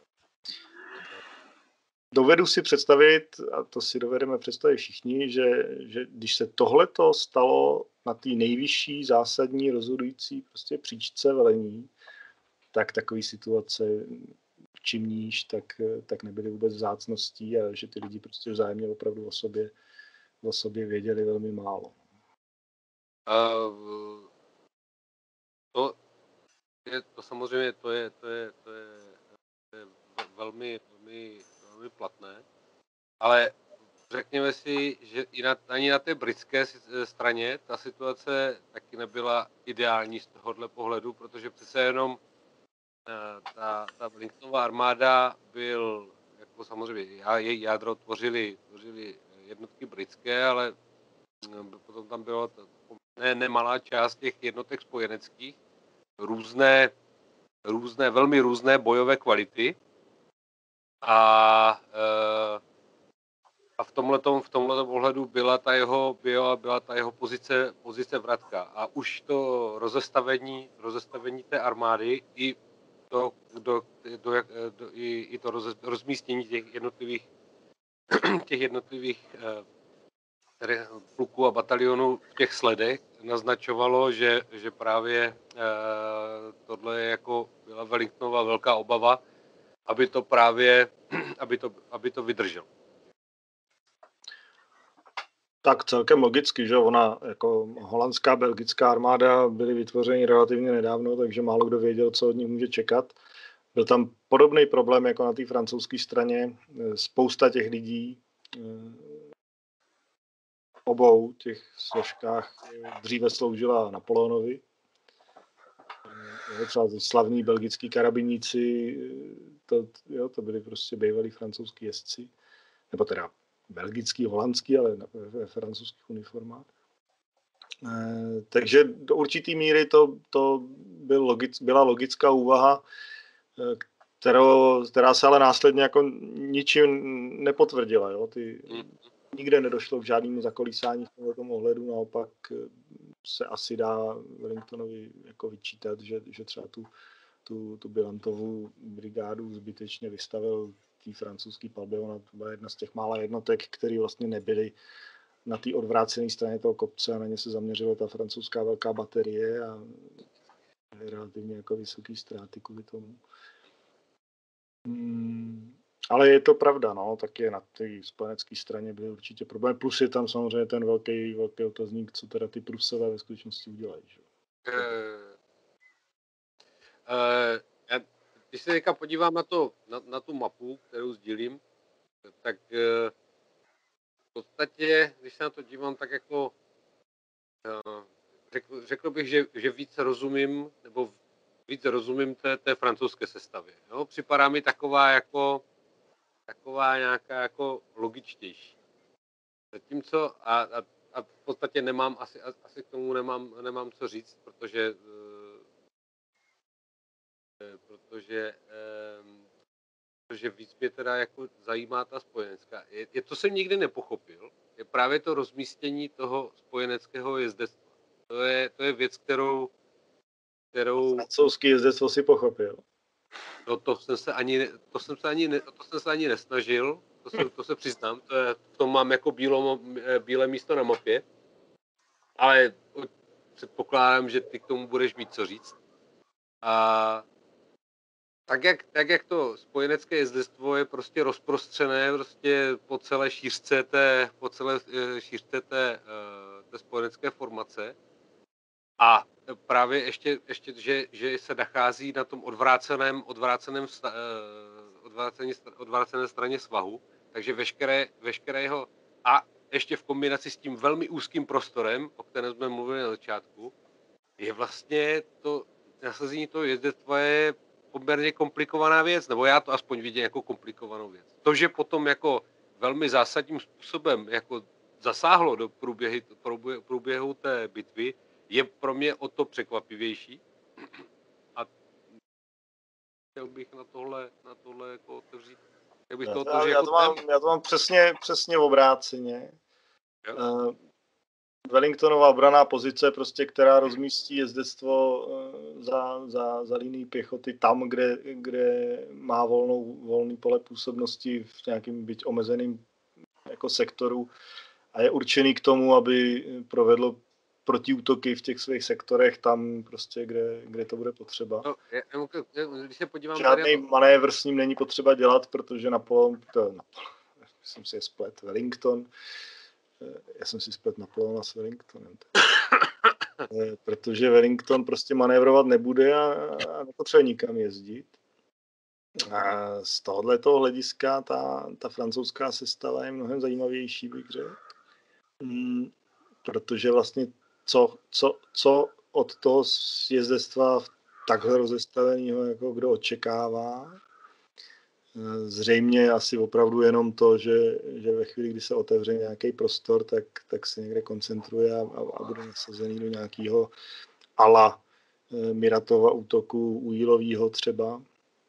[SPEAKER 3] Dovedu si představit, a to si dovedeme představit všichni, že, že když se tohleto stalo na té nejvyšší zásadní rozhodující prostě příčce velení, tak takové situace čím níž, tak, tak nebyly vůbec vzácností a že ty lidi prostě vzájemně opravdu o sobě, o sobě věděli velmi málo.
[SPEAKER 2] Uh, to, je, to samozřejmě to je, to je, to je, to je velmi, velmi, velmi platné, ale řekněme si, že i na, ani na té britské straně ta situace taky nebyla ideální z tohohle pohledu, protože přece jenom uh, ta, ta Wellingtonova armáda byl, jako samozřejmě, její jádro tvořili, tvořili jednotky britské, ale potom tam bylo ne, nemalá část těch jednotek spojeneckých, různé, různé, velmi různé bojové kvality a, e, a v tomhletom, v tomhletom ohledu byla ta jeho, byla, byla ta jeho pozice, pozice vratka a už to rozestavení, rozestavení té armády i to, do, do, do, i, i to roz, rozmístění těch jednotlivých těch jednotlivých e, pluků a batalionů v těch sledech naznačovalo, že, že právě e, tohle je jako byla Wellingtonova velká obava, aby to právě, aby to, aby to vydržel.
[SPEAKER 3] Tak celkem logicky, že ona jako holandská, belgická armáda byly vytvořeny relativně nedávno, takže málo kdo věděl, co od nich může čekat. Byl tam podobný problém jako na té francouzské straně. Spousta těch lidí obou těch složkách dříve sloužila Napoleonovi. Třeba slavní belgický karabiníci, to, jo, to byli prostě bývalí francouzský jezdci, nebo teda belgický, holandský, ale ve francouzských uniformách. Takže do určitý míry to, to byl logic, byla logická úvaha, kterou, která se ale následně jako ničím nepotvrdila. Jo? Ty, nikde nedošlo k žádnému zakolísání v tomto ohledu, naopak se asi dá Wellingtonovi jako vyčítat, že, že třeba tu, tu, tu bilantovou brigádu zbytečně vystavil tý francouzský palbě. Ona to byla jedna z těch mála jednotek, které vlastně nebyly na té odvrácené straně toho kopce a na ně se zaměřila ta francouzská velká baterie a relativně jako vysoký ztráty kvůli tomu. Hmm, ale je to pravda, no, tak je na té spojenecké straně byl určitě problém. Plus je tam samozřejmě ten velký, velký otazník, co teda ty Prusové ve skutečnosti udělají. Že?
[SPEAKER 2] Uh, uh, já, když se teďka podívám na, to, na, na tu mapu, kterou sdílím, tak uh, v podstatě, když se na to dívám, tak jako uh, řekl, řekl bych, že, že víc rozumím, nebo víc rozumím té, té francouzské sestavě. Jo? Připadá mi taková jako taková nějaká jako logičtější. Zatímco a, a, a v podstatě nemám asi, asi k tomu nemám, nemám co říct, protože e, protože e, protože víc mě teda jako zajímá ta spojenecká. Je, je, to jsem nikdy nepochopil, je právě to rozmístění toho spojeneckého jezdectva. To je, to je věc, kterou kterou...
[SPEAKER 3] Francouzský jezdectvo si pochopil.
[SPEAKER 2] No to jsem se ani, to jsem se ani, ne, to jsem se ani nesnažil, to se, to se přiznám, to, je, to mám jako bílo, bílé místo na mapě, ale předpokládám, že ty k tomu budeš mít co říct. A tak jak, tak jak to spojenecké jezdectvo je prostě rozprostřené prostě po celé šířce té, po celé šířce té, té spojenecké formace a právě ještě, ještě že, že se nachází na tom odvráceném, odvráceném, odvrácené, odvrácené straně svahu, takže veškeré, veškerého a ještě v kombinaci s tím velmi úzkým prostorem, o kterém jsme mluvili na začátku, je vlastně to nasazení toho jezdectva je poměrně komplikovaná věc, nebo já to aspoň vidím jako komplikovanou věc. To, že potom jako velmi zásadním způsobem jako zasáhlo do průběhy, průběhu, průběhu té bitvy, je pro mě o to překvapivější. A chtěl bych na tohle, na tohle jako otevřít. Jak bych
[SPEAKER 3] já,
[SPEAKER 2] to
[SPEAKER 3] to,
[SPEAKER 2] otevřít
[SPEAKER 3] já,
[SPEAKER 2] jako
[SPEAKER 3] to mám, já to mám přesně, přesně obráceně. Uh, Wellingtonová obranná pozice, prostě, která rozmístí jezdectvo uh, za, za, za linií pěchoty tam, kde, kde má volnou, volný pole působnosti v nějakým byť omezeným jako sektoru a je určený k tomu, aby provedlo protiútoky v těch svých sektorech tam prostě, kde, kde to bude potřeba.
[SPEAKER 2] No, já, když se podívám
[SPEAKER 3] žádný
[SPEAKER 2] to...
[SPEAKER 3] manévr s ním není potřeba dělat, protože Napoleon, to, Napoleon jsem si je splet, Wellington, já jsem si splet Napoleona s Wellingtonem. Protože Wellington prostě manévrovat nebude a, a nepotřebuje nikam jezdit. A z tohoto hlediska ta, ta francouzská sestava je mnohem zajímavější, bych řekl. Hmm, protože vlastně co, co, co od toho jezdectva takhle rozestaveného, jako kdo očekává. Zřejmě asi opravdu jenom to, že, že ve chvíli, kdy se otevře nějaký prostor, tak, tak se někde koncentruje a, a bude nasazený do nějakého ala Miratova útoku újílového třeba.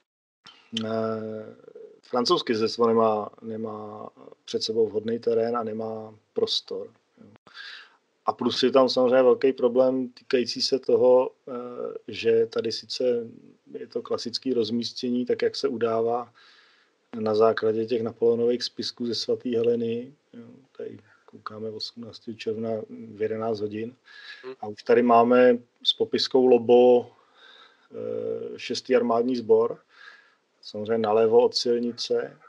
[SPEAKER 3] Francouzský jezdectvo nemá, nemá před sebou vhodný terén a nemá prostor. A plus je tam samozřejmě velký problém týkající se toho, že tady sice je to klasické rozmístění, tak jak se udává na základě těch Napoleonových spisků ze svaté Heleny. Tady koukáme osmnáctého června v jedenáct hodin. A už tady máme s popiskou Lobo šestý armádní sbor, samozřejmě nalevo od silnice.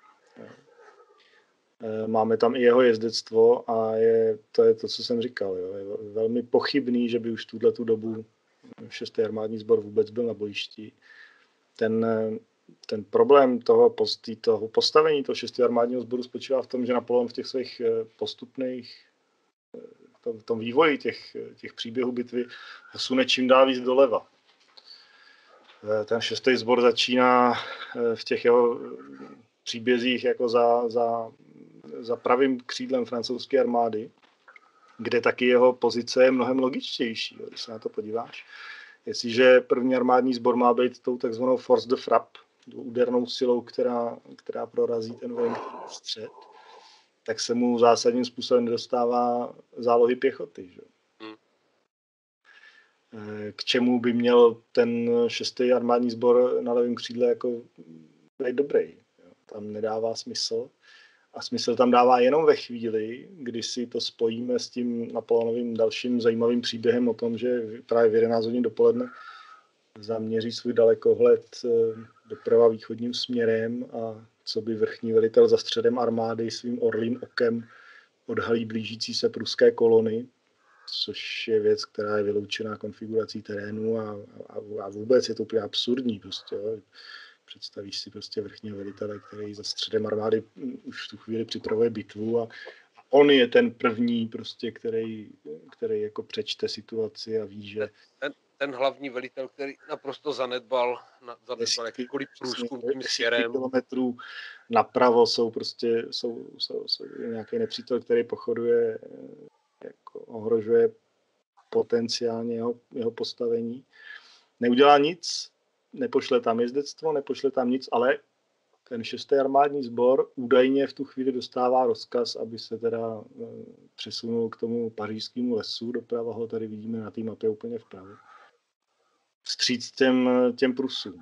[SPEAKER 3] Máme tam i jeho jezdectvo a je, to je to, co jsem říkal. Jo. Je velmi pochybný, že by už tuhle tu dobu šestý armádní sbor vůbec byl na bojišti. Ten, ten problém toho, toho postavení toho šestého armádního sboru spočívá v tom, že Napoleon v těch svých postupných v tom vývoji těch, těch příběhů bitvy sune čím dál víc doleva. Ten šestý sbor začíná v těch jeho příbězích jako za, za, za pravým křídlem francouzské armády kde taky jeho pozice je mnohem logičtější, jo, když se na to podíváš. Jestliže první armádní sbor má být tou takzvanou force de frappe, údernou silou, která, která prorazí ten Wellington střed, tak se mu zásadním způsobem nedostává zálohy pěchoty. Že? Hmm. K čemu by měl ten šestý armádní sbor na levém křídle jako být dobrý. Jo? Tam nedává smysl. A smysl tam dává jenom ve chvíli, kdy si to spojíme s tím Napoleonovým dalším zajímavým příběhem o tom, že právě v jedenáct hodin dopoledne zaměří svůj dalekohled doprava východním směrem a co by vrchní velitel za středem armády svým orlým okem odhalí blížící se pruské kolony, což je věc, která je vyloučená konfigurací terénu a, a, a vůbec je to úplně absurdní. Prostě, jo. Představíš si prostě vrchního velitele, který za středem armády už v tu chvíli připravuje bitvu a on je ten první, prostě, který, který jako přečte situaci a ví, že...
[SPEAKER 2] Ten, ten hlavní velitel, který naprosto zanedbal, na, zanedbal jakýkoliv průzkum tím směrem.
[SPEAKER 3] Kilometrů napravo jsou prostě jsou, jsou, jsou nějaký nepřítel, který pochoduje, jako ohrožuje potenciálně jeho, jeho postavení. Neudělá nic, nepošle tam jezdectvo, nepošle tam nic, ale ten šestý armádní sbor údajně v tu chvíli dostává rozkaz, aby se teda přesunul k tomu pařížskému lesu. Doprava ho tady vidíme na té mapě úplně vpravo. Vstříc těm, těm Prusům.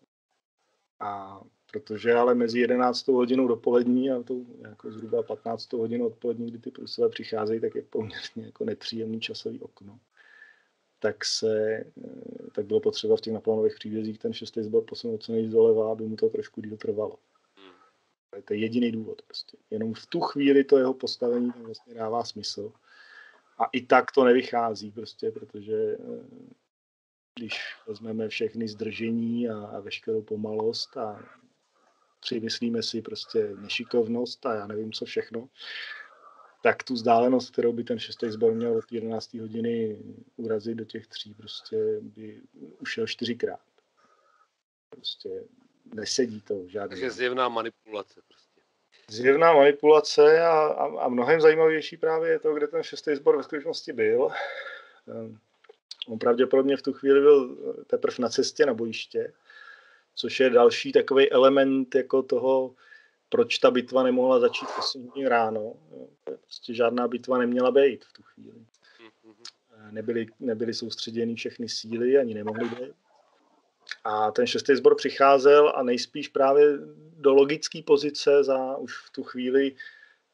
[SPEAKER 3] A protože ale mezi jedenáctou hodinou dopolední a tou jako zhruba patnáctou hodinou odpolední, kdy ty Prusové přicházejí, tak je poměrně jako nepříjemný časový okno. Tak, se, tak bylo potřeba v těch Napoleonových příbězích ten šestý sbor posunout co nejvíc doleva, aby mu to trošku díl trvalo. To je jediný důvod. Prostě. Jenom v tu chvíli to jeho postavení tam vlastně dává smysl. A i tak to nevychází, prostě, protože když vezmeme všechny zdržení a, a veškerou pomalost a přimyslíme si prostě nešikovnost a já nevím co všechno, tak tu vzdálenost, kterou by ten šestý sbor měl od jedenácté hodiny urazit do těch tří, prostě by ušel čtyřikrát. Prostě nesedí to žádný.
[SPEAKER 2] Takže zjevná manipulace prostě.
[SPEAKER 3] Zjevná manipulace a, a, a mnohem zajímavější právě je to, kde ten šestý sbor ve skutečnosti byl. On pravděpodobně v tu chvíli byl teprve na cestě na bojiště, což je další takový element jako toho, proč ta bitva nemohla začít osm hodin ráno. Prostě žádná bitva neměla být v tu chvíli. Nebyly, nebyly soustředěny všechny síly, ani nemohly být. A ten šestý sbor přicházel a nejspíš právě do logické pozice za už v tu chvíli e,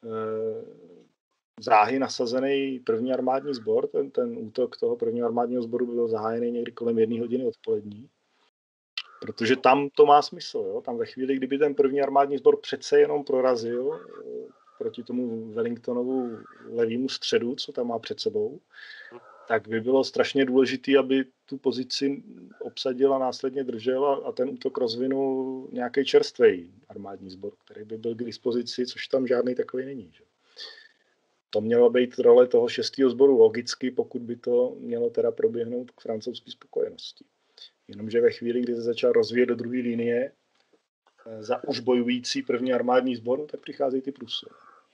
[SPEAKER 3] záhy nasazený první armádní sbor. Ten, ten útok toho prvního armádního sboru byl zahájený někdy kolem jedné hodiny odpolední. Protože tam to má smysl. Jo? Tam ve chvíli, kdyby ten první armádní sbor přece jenom prorazil proti tomu Wellingtonovu levému středu, co tam má před sebou, tak by bylo strašně důležité, aby tu pozici obsadil a následně držel a, a ten útok rozvinul nějaký čerstvý armádní sbor, který by byl k dispozici, což tam žádný takový není. Že? To měla být role toho šestého sboru logicky, pokud by to mělo teda proběhnout k francouzské spokojenosti. Jenomže ve chvíli, kdy se začal rozvíjet do druhé linie za už bojující první armádní sbor, tak přicházejí ty Prusové.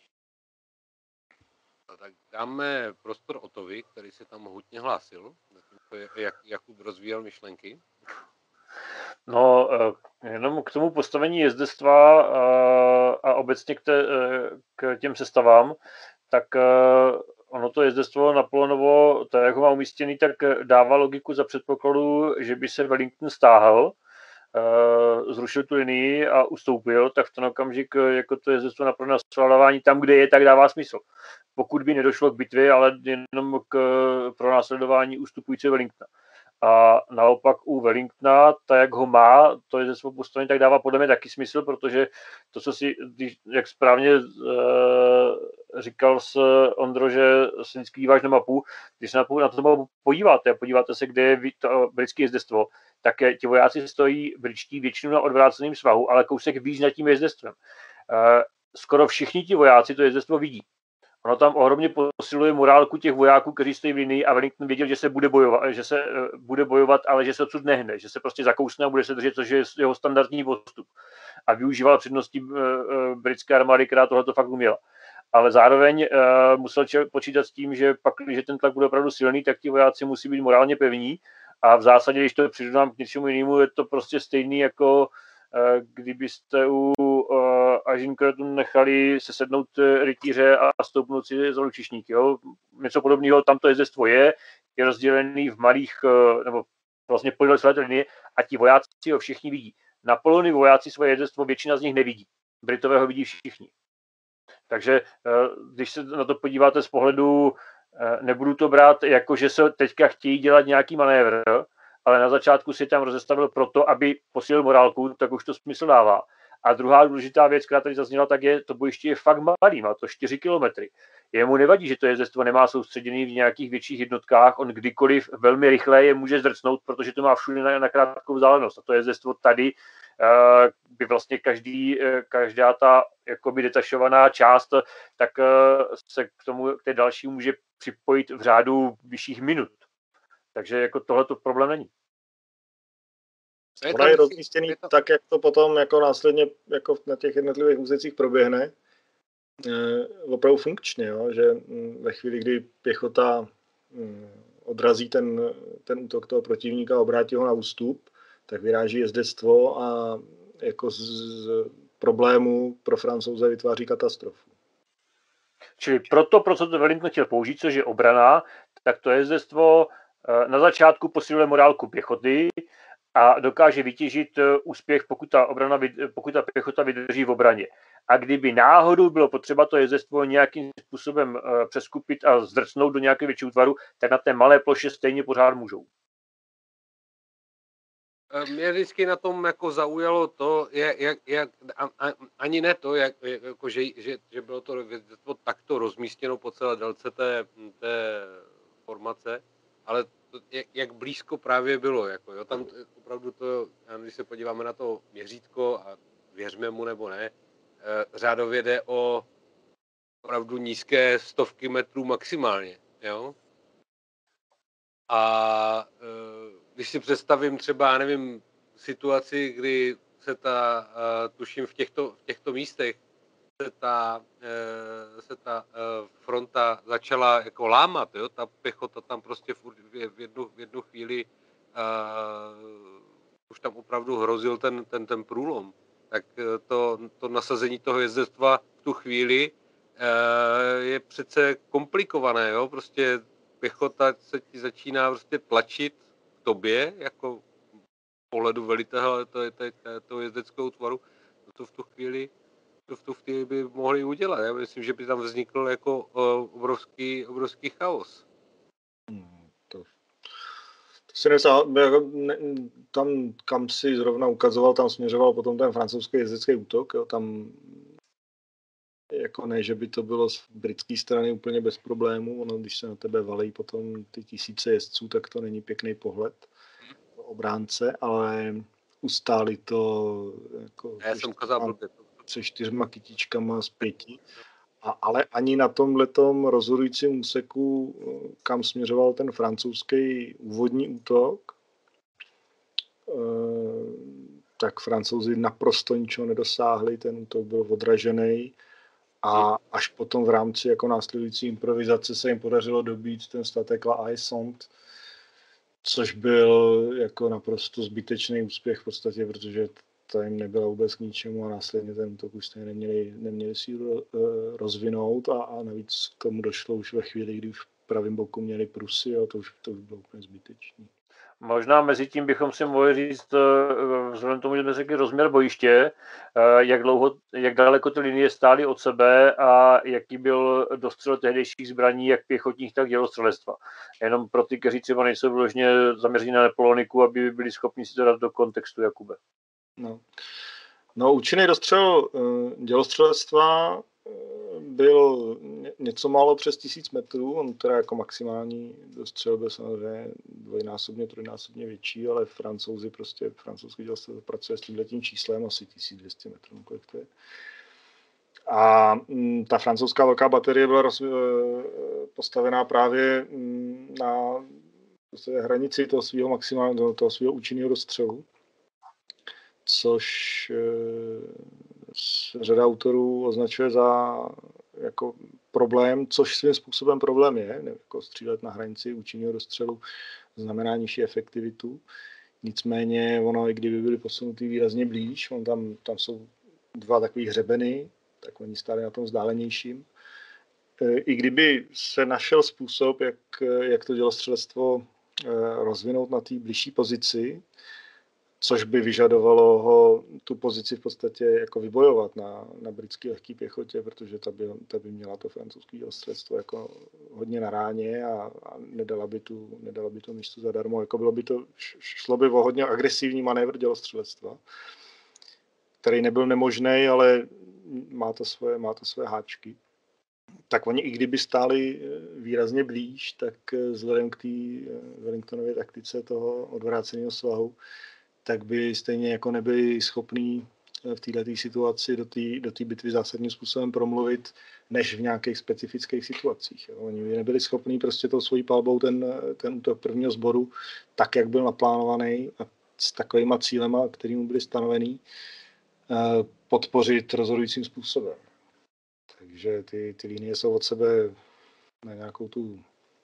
[SPEAKER 2] Tak dáme prostor Otovi, který se tam mohutně hlásil. Jak Jakub rozvíjel myšlenky?
[SPEAKER 4] No, jenom k tomu postavení jezdectva a obecně k, te, k těm sestavám, tak ono to jezdectvo Napoleonovo, tak jak ho má umístěný, tak dává logiku za předpokladu, že by se Wellington stáhl, zrušil tu linii a ustoupil, tak v ten okamžik jako to jezdectvo na pronásledování tam, kde je, tak dává smysl. Pokud by nedošlo k bitvě, ale jenom k pronásledování ustupujícího Wellingtona. A naopak u Wellingtona, tak jak ho má, to je ze svého postavení, tak dává podle mě taky smysl, protože to, co si, když, jak správně e, říkal s Ondro, že se vždycky díváš na mapu, když se na, na to mapu podíváte, podíváte se, kde je to britské jezdectvo, tak je, ti vojáci stojí britští většinou na odvráceném svahu, ale kousek výš nad tím jezdectvem. E, skoro všichni ti vojáci to jezdectvo vidí. Ono tam ohromně posiluje morálku těch vojáků, kteří stojí v linii a Wellington věděl, že se bude bojovat, že se uh, bude bojovat, ale že se odsud nehne, že se prostě zakousne a bude se držet, což je jeho standardní postup. A využíval přednosti uh, uh, britské armády, která tohleto fakt uměla. ale zároveň uh, musel člověk počítat s tím, že pak, když ten tlak bude opravdu silný, tak ti vojáci musí být morálně pevní a v zásadě, když to přidám k něčemu jinému, je to prostě stejný jako uh, kdybyste u uh, Agincourtu nechali se sednout rytíře a stoupnout si za lučišník. Jo? Něco podobného, tam to jezdestvo je, je rozdělený v malých, uh, nebo vlastně podél celé té linie a ti vojáci ho všichni vidí. Napoleony vojáci svoje jezdestvo, většina z nich nevidí. Britové ho vidí všichni. Takže když se na to podíváte z pohledu, nebudu to brát jako, že se teďka chtějí dělat nějaký manévr, ale na začátku si tam rozestavil proto, aby posílil morálku, tak už to smysl dává. A druhá důležitá věc, která tady zazněla, tak je, to bojiště je fakt malý, má to čtyři kilometry. Jemu nevadí, že to jezdestvo nemá soustředěný v nějakých větších jednotkách, on kdykoliv velmi rychle je může zdrcnout, protože to má všude na, na krátkou vzdálenost. A to jezdestvo tady uh, by vlastně každý, uh, každá ta jakoby detašovaná část, tak uh, se k tomu, k té další může připojit v řádu vyšších minut. Takže jako tohleto problém není.
[SPEAKER 3] Ona je rozmístěný je to... tak, jak to potom jako následně jako na těch jednotlivých úsecích proběhne, e, opravdu funkčně, jo? Že ve chvíli, kdy pěchota m, odrazí ten, ten útok toho protivníka a obrátí ho na ústup, tak vyráží jezdectvo a jako z, z problému pro Francouze vytváří katastrofu.
[SPEAKER 4] Čili proto, pro co to Wellington chtěl použít, což je obrana, tak to jezdectvo e, na začátku posiluje morálku pěchoty a dokáže vytěžit úspěch, pokud ta, obrana, pokud ta pěchota vydrží v obraně. A kdyby náhodou bylo potřeba to jezdestvo nějakým způsobem přeskupit a zdrcnout do nějakého většího útvaru, tak na té malé ploše stejně pořád můžou.
[SPEAKER 2] Mě vždycky na tom jako zaujalo to, jak, jak, jak a, a, ani ne to, jak, jako, že, že, že bylo to jezdestvo takto rozmístěno po celé délce té, té formace, ale to, jak, jak blízko právě bylo. Jako, jo, tam opravdu to, když se podíváme na to měřítko a věřme mu nebo ne, řádově jde o opravdu nízké stovky metrů maximálně. Jo? A když si představím třeba, já nevím, situaci, kdy se ta, tuším v těchto, v těchto místech, se ta, se ta fronta začala jako lámat, jo? Ta pěchota tam prostě v jednu, v jednu chvíli uh, už tam opravdu hrozil ten, ten, ten průlom. Tak to, to nasazení toho jezdectva v tu chvíli uh, je přece komplikované, jo? Prostě pěchota se ti začíná prostě tlačit k tobě, jako pohledu velitele toho, toho jezdeckého útvaru, to v tu chvíli to v tu chvíli by mohli udělat. Já myslím, že by tam vznikl jako uh, obrovský, obrovský chaos.
[SPEAKER 3] Hmm, to, to si nesá, jako, ne, tam, kam si zrovna ukazoval, tam směřoval potom ten francouzský jezdecký útok. Jo, tam jako ne, že by to bylo z britské strany úplně bez problémů. Ono, když se na tebe valí potom ty tisíce jezdců, tak to není pěkný pohled o obránce, ale ustáli to jako...
[SPEAKER 2] Já jsem kazal blbě.
[SPEAKER 3] Se čtyřma kytičkama z pěti. A, ale ani na tomhletom rozhodujícím úseku, kam směřoval ten francouzský úvodní útok, tak Francouzi naprosto ničeho nedosáhli, ten útok byl odražený a až potom v rámci jako následující improvizace se jim podařilo dobít ten statek La Haye-Saint, což byl jako naprosto zbytečný úspěch v podstatě, protože to jim nebylo vůbec k ničemu a následně ten útok už stejně neměli, neměli sílu rozvinout a, a navíc k tomu došlo už ve chvíli, kdy už v pravém boku měli Prusy a to už, to už bylo úplně zbytečný.
[SPEAKER 4] Možná mezi tím bychom si mohli říct, vzhledem tomu, že jsme řekli rozměr bojiště, jak dlouho, jak daleko ty linie stály od sebe a jaký byl dostřel tehdejších zbraní, jak pěchotních, tak dělostřelectva. Jenom pro ty, kteří třeba nejsou vyloženě zaměření na Napoleoniku, aby byli schopni si to dát do kontextu, Jakube.
[SPEAKER 3] No, no účinný dostřel dělostřelectva byl něco málo přes tisíc metrů, on teda jako maximální dostřel byl samozřejmě dvojnásobně, trojnásobně větší, ale Francouzi prostě, francouzský dělostřel pracuje s tímhletím číslem asi tisíc dvě stě metrů, kolik to je. A m, ta francouzská velká baterie byla roz, postavená právě m, na hranici toho svého maximálního, toho svého účinného dostřelu, což e, řada autorů označuje za jako problém, což svým způsobem problém je, ne, jako střílet na hranici účinného dostřelu znamená nižší efektivitu. Nicméně ono, i kdyby byly posunutý výrazně blíž, on tam, tam jsou dva takové hřebeny, tak oni stáli na tom vzdálenějším. I kdyby se našel způsob, jak, jak to dělostřelectvo rozvinout na té blížší pozici, což by vyžadovalo ho tu pozici v podstatě jako vybojovat na, na britské lehké pěchotě, protože ta by, ta by měla to francouzské dělostřelectvo jako hodně na ráně a, a nedala by tu, nedala by tu místu zadarmo. Jako bylo by to, šlo by o hodně agresivní manévr dělostřelectva, který nebyl nemožný, ale má to svoje, má to svoje háčky. Tak oni, i kdyby stáli výrazně blíž, tak vzhledem k té Wellingtonově taktice toho odvráceného svahu, tak by stejně jako nebyli schopní v této situaci do té do té bitvy zásadním způsobem promluvit, než v nějakých specifických situacích. Jo. Oni by nebyli schopní prostě tou svojí palbou ten, ten útok prvního sboru, tak, jak byl naplánovaný a s takovýma cílema, kterými byly stanovený, podpořit rozhodujícím způsobem. Takže ty, ty linie jsou od sebe na nějakou tu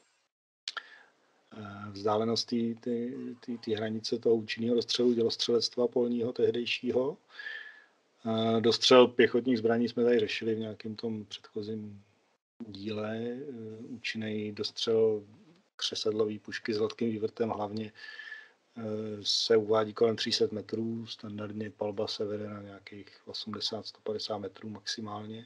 [SPEAKER 3] vzdálenost té hranice toho účinného dostřelu dělostřelectva polního tehdejšího. Dostřel pěchotních zbraní jsme tady řešili v nějakém tom předchozím díle. Účinný dostřel křesadlový pušky s hladkým vývrtem hlavně se uvádí kolem tři sta metrů. Standardně palba se vede na nějakých osmdesát až sto padesát metrů maximálně.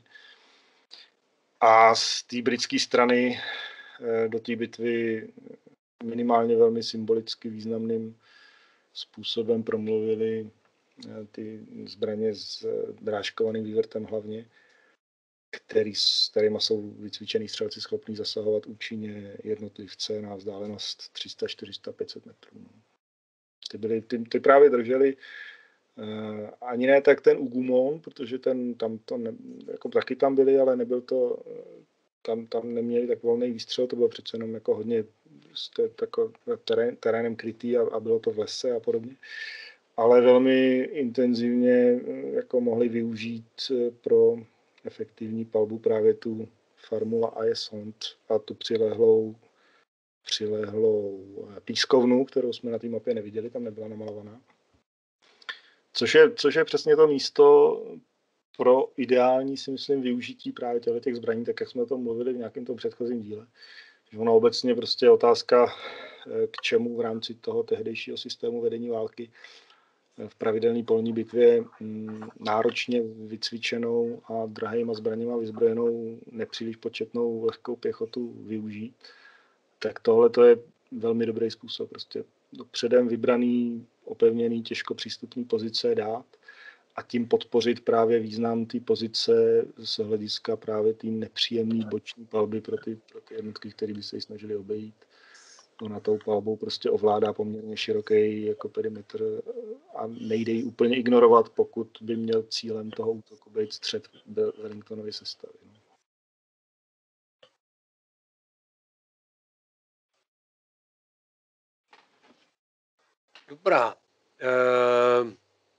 [SPEAKER 3] A z té britské strany do té bitvy minimálně velmi symbolicky významným způsobem promluvili ty zbraně s drážkovaným vývrtem hlavně, který, s kterýma jsou vycvičený střelci schopní zasahovat účinně jednotlivce na vzdálenost tři sta, čtyři sta, pět set metrů. Ty, byly, ty, ty právě drželi uh, ani ne tak ten Ugumon, protože ten tam to ne, jako taky tam byli, ale nebyl to, tam, tam neměli tak volný výstřel, to bylo přece jenom jako hodně tako, terén, terénem krytý a, a bylo to v lese a podobně. Ale velmi intenzivně jako mohli využít pro efektivní palbu právě tu farmu La Haye-Saint a tu přilehlou, přilehlou pískovnu, kterou jsme na té mapě neviděli, tam nebyla namalovaná. Což je, což je přesně to místo pro ideální, si myslím, využití právě těch zbraní, tak jak jsme o tom mluvili v nějakém tom předchozím díle. Že ono obecně prostě je otázka, k čemu v rámci toho tehdejšího systému vedení války v pravidelné polní bitvě náročně vycvičenou a drahýma zbraněma vyzbrojenou nepříliš početnou lehkou pěchotu využít. Tak tohle to je velmi dobrý způsob. Prostě do předem vybraný, opevněný, těžko přístupný pozice dát a tím podpořit právě význam té pozice z hlediska právě té nepříjemné boční palby pro ty, pro ty jednotky, které by se ji snažili obejít. Ona tou palbou prostě ovládá poměrně široký jako perimetr a nejde ji úplně ignorovat, pokud by měl cílem toho útoku být střed Wellingtonovy sestavy.
[SPEAKER 2] Dobrá. Uh,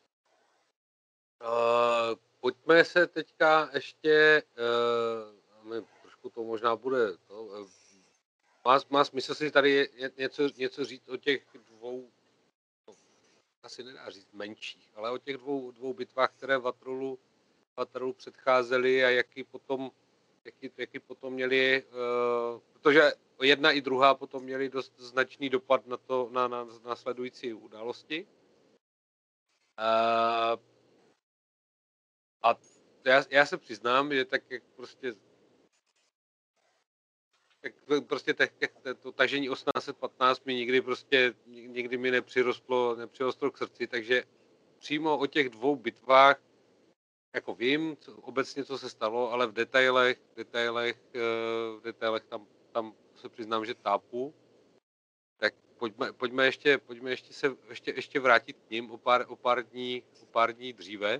[SPEAKER 2] uh, pojďme se teďka ještě, uh, trošku to možná bude, to, uh, má, má smysl si tady něco, něco říct o těch dvou, no, asi nedá říct menších, ale o těch dvou, dvou bitvách, které Waterloolu, Waterloolu předcházely a jaký potom, jaký, jaký potom měli, uh, protože jedna i druhá potom měli dost značný dopad na to, na, na následující události. Uh, a já, já se přiznám, že tak jak prostě tak prostě te, te, to tažení osmnáct set patnáct mi nikdy prostě nikdy mi nepřirostlo, nepřirostlo k srdci, takže přímo o těch dvou bitvách jako vím, co, obecně co se stalo, ale v detailech, v detailech, v detailech tam, tam se přiznám, že tápu. Tak pojďme, pojďme, ještě, pojďme ještě se ještě, ještě vrátit k ním o pár, o pár dní, o pár dní dříve.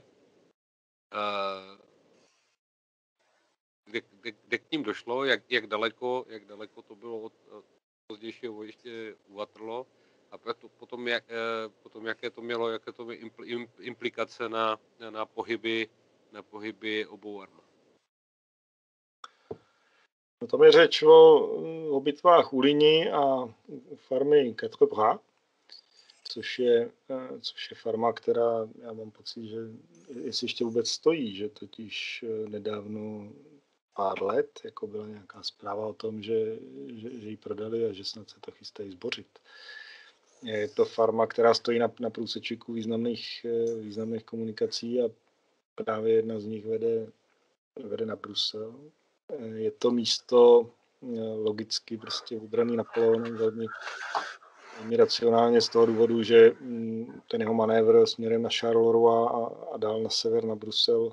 [SPEAKER 2] Kde, kde, kde k ním došlo, jak, jak, daleko, jak daleko to bylo od, od pozdějšího bojiště u Waterloo a potom, jak, potom jaké to mělo, jaké to mělo implikace na, na, pohyby, na pohyby obou armád.
[SPEAKER 3] No tam je řeč o, o bitvách u Ligny a u farmy Quatre Bras, což je, což je farma, která, já mám pocit, že jestli ještě vůbec stojí, že totiž nedávno pár let, jako byla nějaká zpráva o tom, že, že, že ji prodali a že snad se to chystají zbořit. Je to farma, která stojí na, na průsečíku významných, významných komunikací a právě jedna z nich vede, vede na Brusel. Je to místo logicky prostě vybraný Napoleonem velmi, velmi racionálně z toho důvodu, že ten jeho manévr směrem na Charleroi a, a dál na sever na Brusel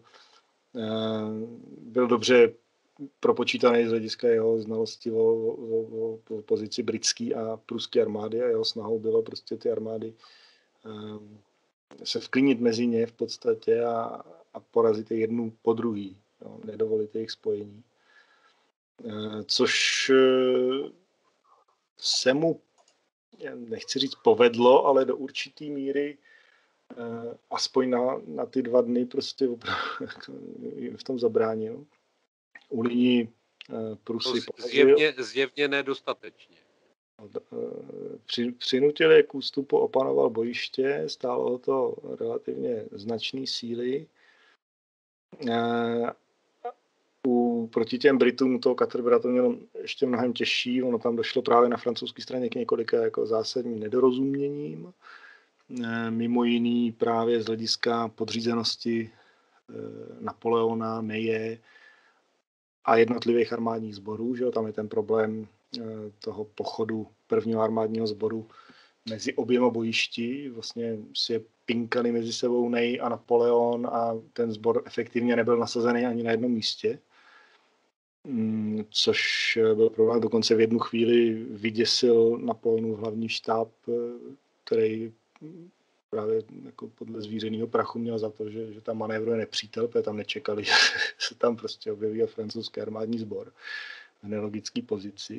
[SPEAKER 3] byl dobře propočítaný z hlediska jeho znalosti o, o, o, o pozici britské a pruské armády a jeho snahou bylo prostě ty armády um, se vklínit mezi ně v podstatě a, a porazit je jednu po druhý, no, nedovolit jejich spojení. Uh, což uh, se mu, nechci říct povedlo, ale do určitý míry uh, aspoň na, na ty dva dny prostě v tom zabránil. U Ligny Prusy
[SPEAKER 2] zjevně, zjevně nedostatečně.
[SPEAKER 3] Při, přinutil je k ústupu, opanoval bojiště, stálo ho to relativně značné síly. U, proti těm Britům toho Quatre Bras to mělo ještě mnohem těžší, ono tam došlo právě na francouzské straně k několika jako zásadním nedorozuměním. Mimo jiný právě z hlediska podřízenosti Napoleona, Neje a jednotlivých armádních sborů, že jo? Tam je ten problém toho pochodu prvního armádního sboru mezi oběma bojišti. Vlastně si je pinkali mezi sebou Nej a Napoleon a ten sbor efektivně nebyl nasazený ani na jednom místě. Což byl problém. Dokonce v jednu chvíli vyděsil Napoleonův hlavní štáb, který právě jako podle zvířenýho prachu měl za to, že, že tam manévruje nepřítel, protože tam nečekali, že se tam prostě objeví francouzský armádní sbor v nelogické pozici.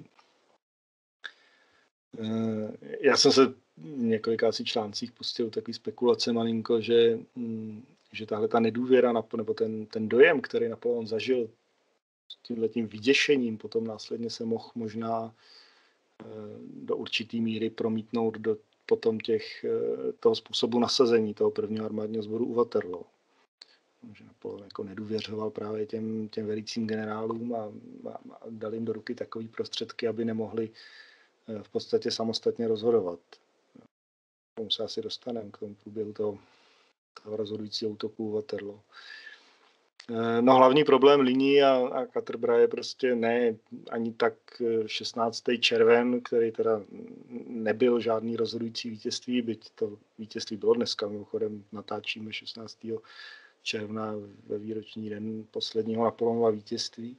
[SPEAKER 3] Já jsem se v několika asi článcích pustil takový spekulace malinko, že, že tahle ta nedůvěra, nebo ten, ten dojem, který Napoleon zažil s tímhletím vyděšením, potom následně se mohl možná do určitý míry promítnout do potom těch, toho způsobu nasazení toho prvního armádního sboru u Waterloo. Že Napoleon jako nedůvěřoval právě těm, těm velícím generálům a, a, a dal jim do ruky takové prostředky, aby nemohli v podstatě samostatně rozhodovat. K tomu se asi dostaneme, k tomu průběhu toho, toho rozhodujícího útoku u Waterloo. No hlavní problém Ligny a, a Quatre Bras je prostě ne ani tak šestnáctý červen, který teda nebyl žádný rozhodující vítězství, byť to vítězství bylo dneska, mimochodem natáčíme šestnáctého června ve výroční den posledního Napoleonova vítězství.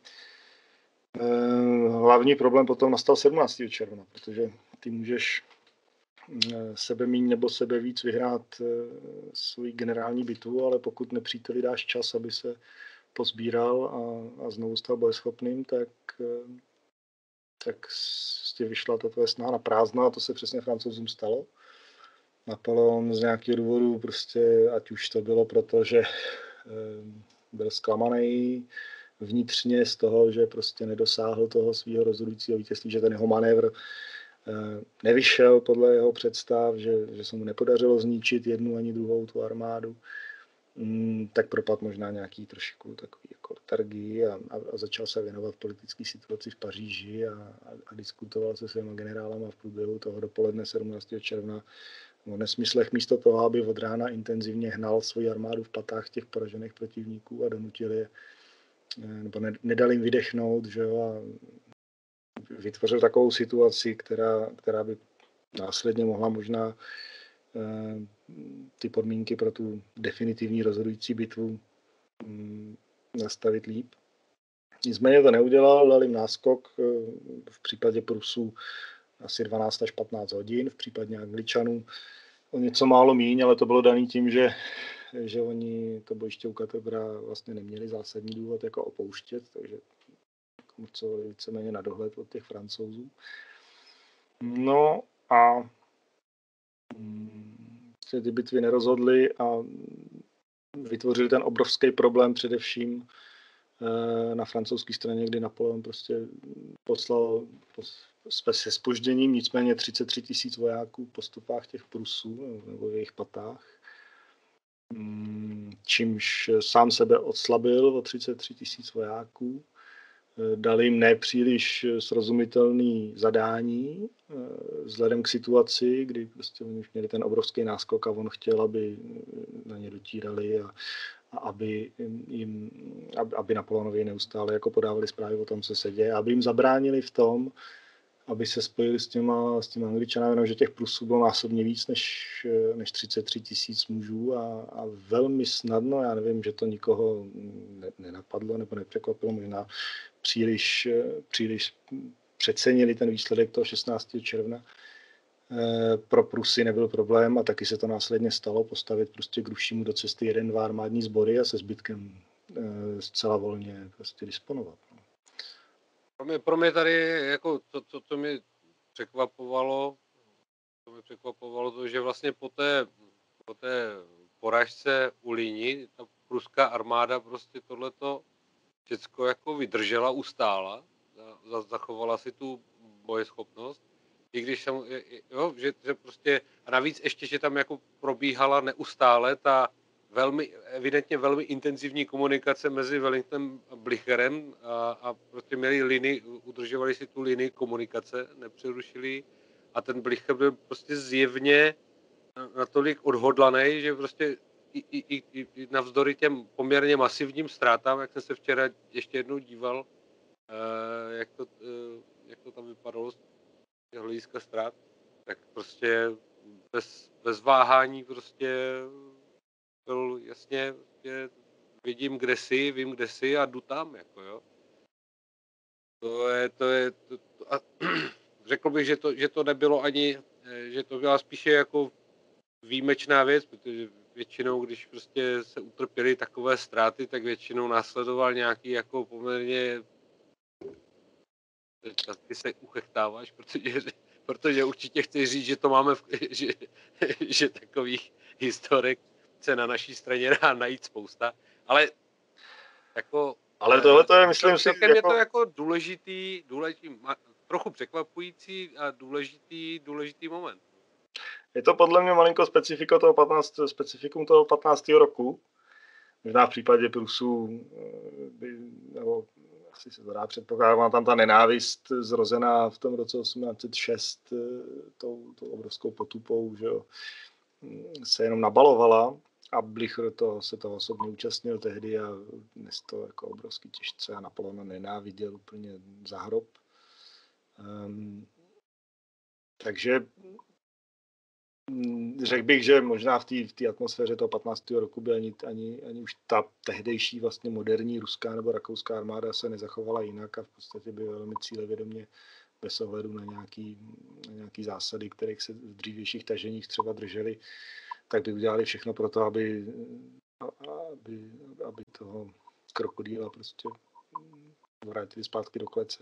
[SPEAKER 3] Hlavní problém potom nastal sedmnáctého června, protože ty můžeš sebe míň nebo sebe víc vyhrát svou generální bitvu, ale pokud nepříteli dáš čas, aby se pozbíral a, a znovu stal bojeschopným, tak, tak tě vyšla ta tvoje snaha na prázdno a to se přesně Francouzům stalo. Napoleon z nějakého důvodu prostě, ať už to bylo proto, že byl zklamaný vnitřně z toho, že prostě nedosáhl toho svého rozhodujícího vítězství, že ten jeho manévr nevyšel podle jeho představ, že, že se mu nepodařilo zničit jednu ani druhou tu armádu, tak propad možná nějaký trošku takový jako letargii a, a, a začal se věnovat politické situaci v Paříži a, a, a diskutoval se svýma generálama v průběhu toho dopoledne sedmnáctého června o nesmyslech místo toho, aby od rána intenzivně hnal svoji armádu v patách těch poražených protivníků a donutil je, nebo ne, nedal jim vydechnout, že jo, a vytvořil takovou situaci, která, která by následně mohla možná eh, ty podmínky pro tu definitivní rozhodující bitvu hm, nastavit líp. Nicméně to neudělal, dal jim náskok eh, v případě Prusů asi dvanáct až patnáct hodin, v případě Angličanů o něco málo míň, ale to bylo daný tím, že, že oni to bojiště u Quatre Bras vlastně neměli zásadní důvod jako opouštět, takže co víceméně na dohled od těch Francouzů. No a se ty bitvy nerozhodly a vytvořili ten obrovský problém především na francouzské straně, kdy Napoleon prostě poslal se zpožděním, nicméně třicet tři tisíc vojáků po stopách těch Prusů nebo v jejich patách, čímž sám sebe odslabil o třicet tři tisíc vojáků. Dal jim nepříliš srozumitelný zadání vzhledem k situaci, kdy prostě oni už měli ten obrovský náskok a on chtěl, aby na ně dotírali a, a aby, jim, aby Napoleonovi neustále jako podávali zprávy o tom, co se děje, aby jim zabránili v tom, aby se spojili s těma, s těma Angličanami, jenom že těch Prusů bylo násobně víc než, než třicet tři tisíc mužů a, a velmi snadno, já nevím, že to nikoho ne, nenapadlo nebo nepřekvapilo, možná příliš, příliš přecenili ten výsledek toho šestnáctého června. Pro Prusy nebyl problém a taky se to následně stalo, postavit prostě k Rušímu do cesty jeden, dva armádní sbory a se zbytkem zcela volně prostě disponovat.
[SPEAKER 2] Pro mě, pro mě tady jako to, to, to mi překvapovalo, to mi překvapovalo to, že vlastně po té, po té porážce u Líni ta pruská armáda prostě tohleto všecko jako vydržela, ustála, zachovala si tu bojeschopnost, i když tam, jo, že, že prostě, a navíc ještě, že tam jako probíhala neustále ta velmi, evidentně velmi intenzivní komunikace mezi Wellingtonem a Blücherem a, a prostě měli linii, udržovali si tu linii komunikace, nepřerušili a ten Blücher byl prostě zjevně natolik odhodlaný, že prostě i, i, i, i navzdory těm poměrně masivním ztrátám, jak jsem se včera ještě jednou díval, eh, jak, to, eh, jak to tam vypadalo z hlediska ztrát, tak prostě bez, bez váhání prostě byl jasně, že vidím, kde jsi, vím, kde jsi a jdu tam, jako jo. To je, to je, to, to, a řekl bych, že to, že to nebylo ani, že to byla spíše jako výjimečná věc, protože většinou, když prostě se utrpěly takové ztráty, tak většinou následoval nějaký jako poměrně, ty se uchechtáváš, protože, protože určitě chci říct, že to máme, v, že, že takových historek se na naší straně dá najít spousta, ale jako...
[SPEAKER 3] Ale tohle to je, myslím
[SPEAKER 2] to,
[SPEAKER 3] si,
[SPEAKER 2] jako... je to jako důležitý, důležitý, trochu překvapující a důležitý, důležitý moment.
[SPEAKER 3] Je to podle mě malinko specifiko toho patnáctého, specifikum toho patnáctého roku. Možná v případě Prusů, by, nebo asi se to dá předpokládat, má tam ta nenávist zrozená v tom roce osmnáct set šest tou, tou obrovskou potupou, že jo, se jenom nabalovala a Blücher to, se toho osobně účastnil tehdy a dnes to jako obrovský těžce a Napoleona nenáviděl úplně za hrob. Um, takže řekl bych, že možná v té v té atmosféře toho patnáctého roku by ani, ani, ani už ta tehdejší vlastně moderní ruská nebo rakouská armáda se nezachovala jinak a v podstatě by velmi cílevědomě bez ohledu na nějaký, na nějaký zásady, kterých se v dřívějších taženích třeba drželi, tak by udělali všechno pro to, aby, aby, aby toho krokodýla prostě vrátili zpátky do klece.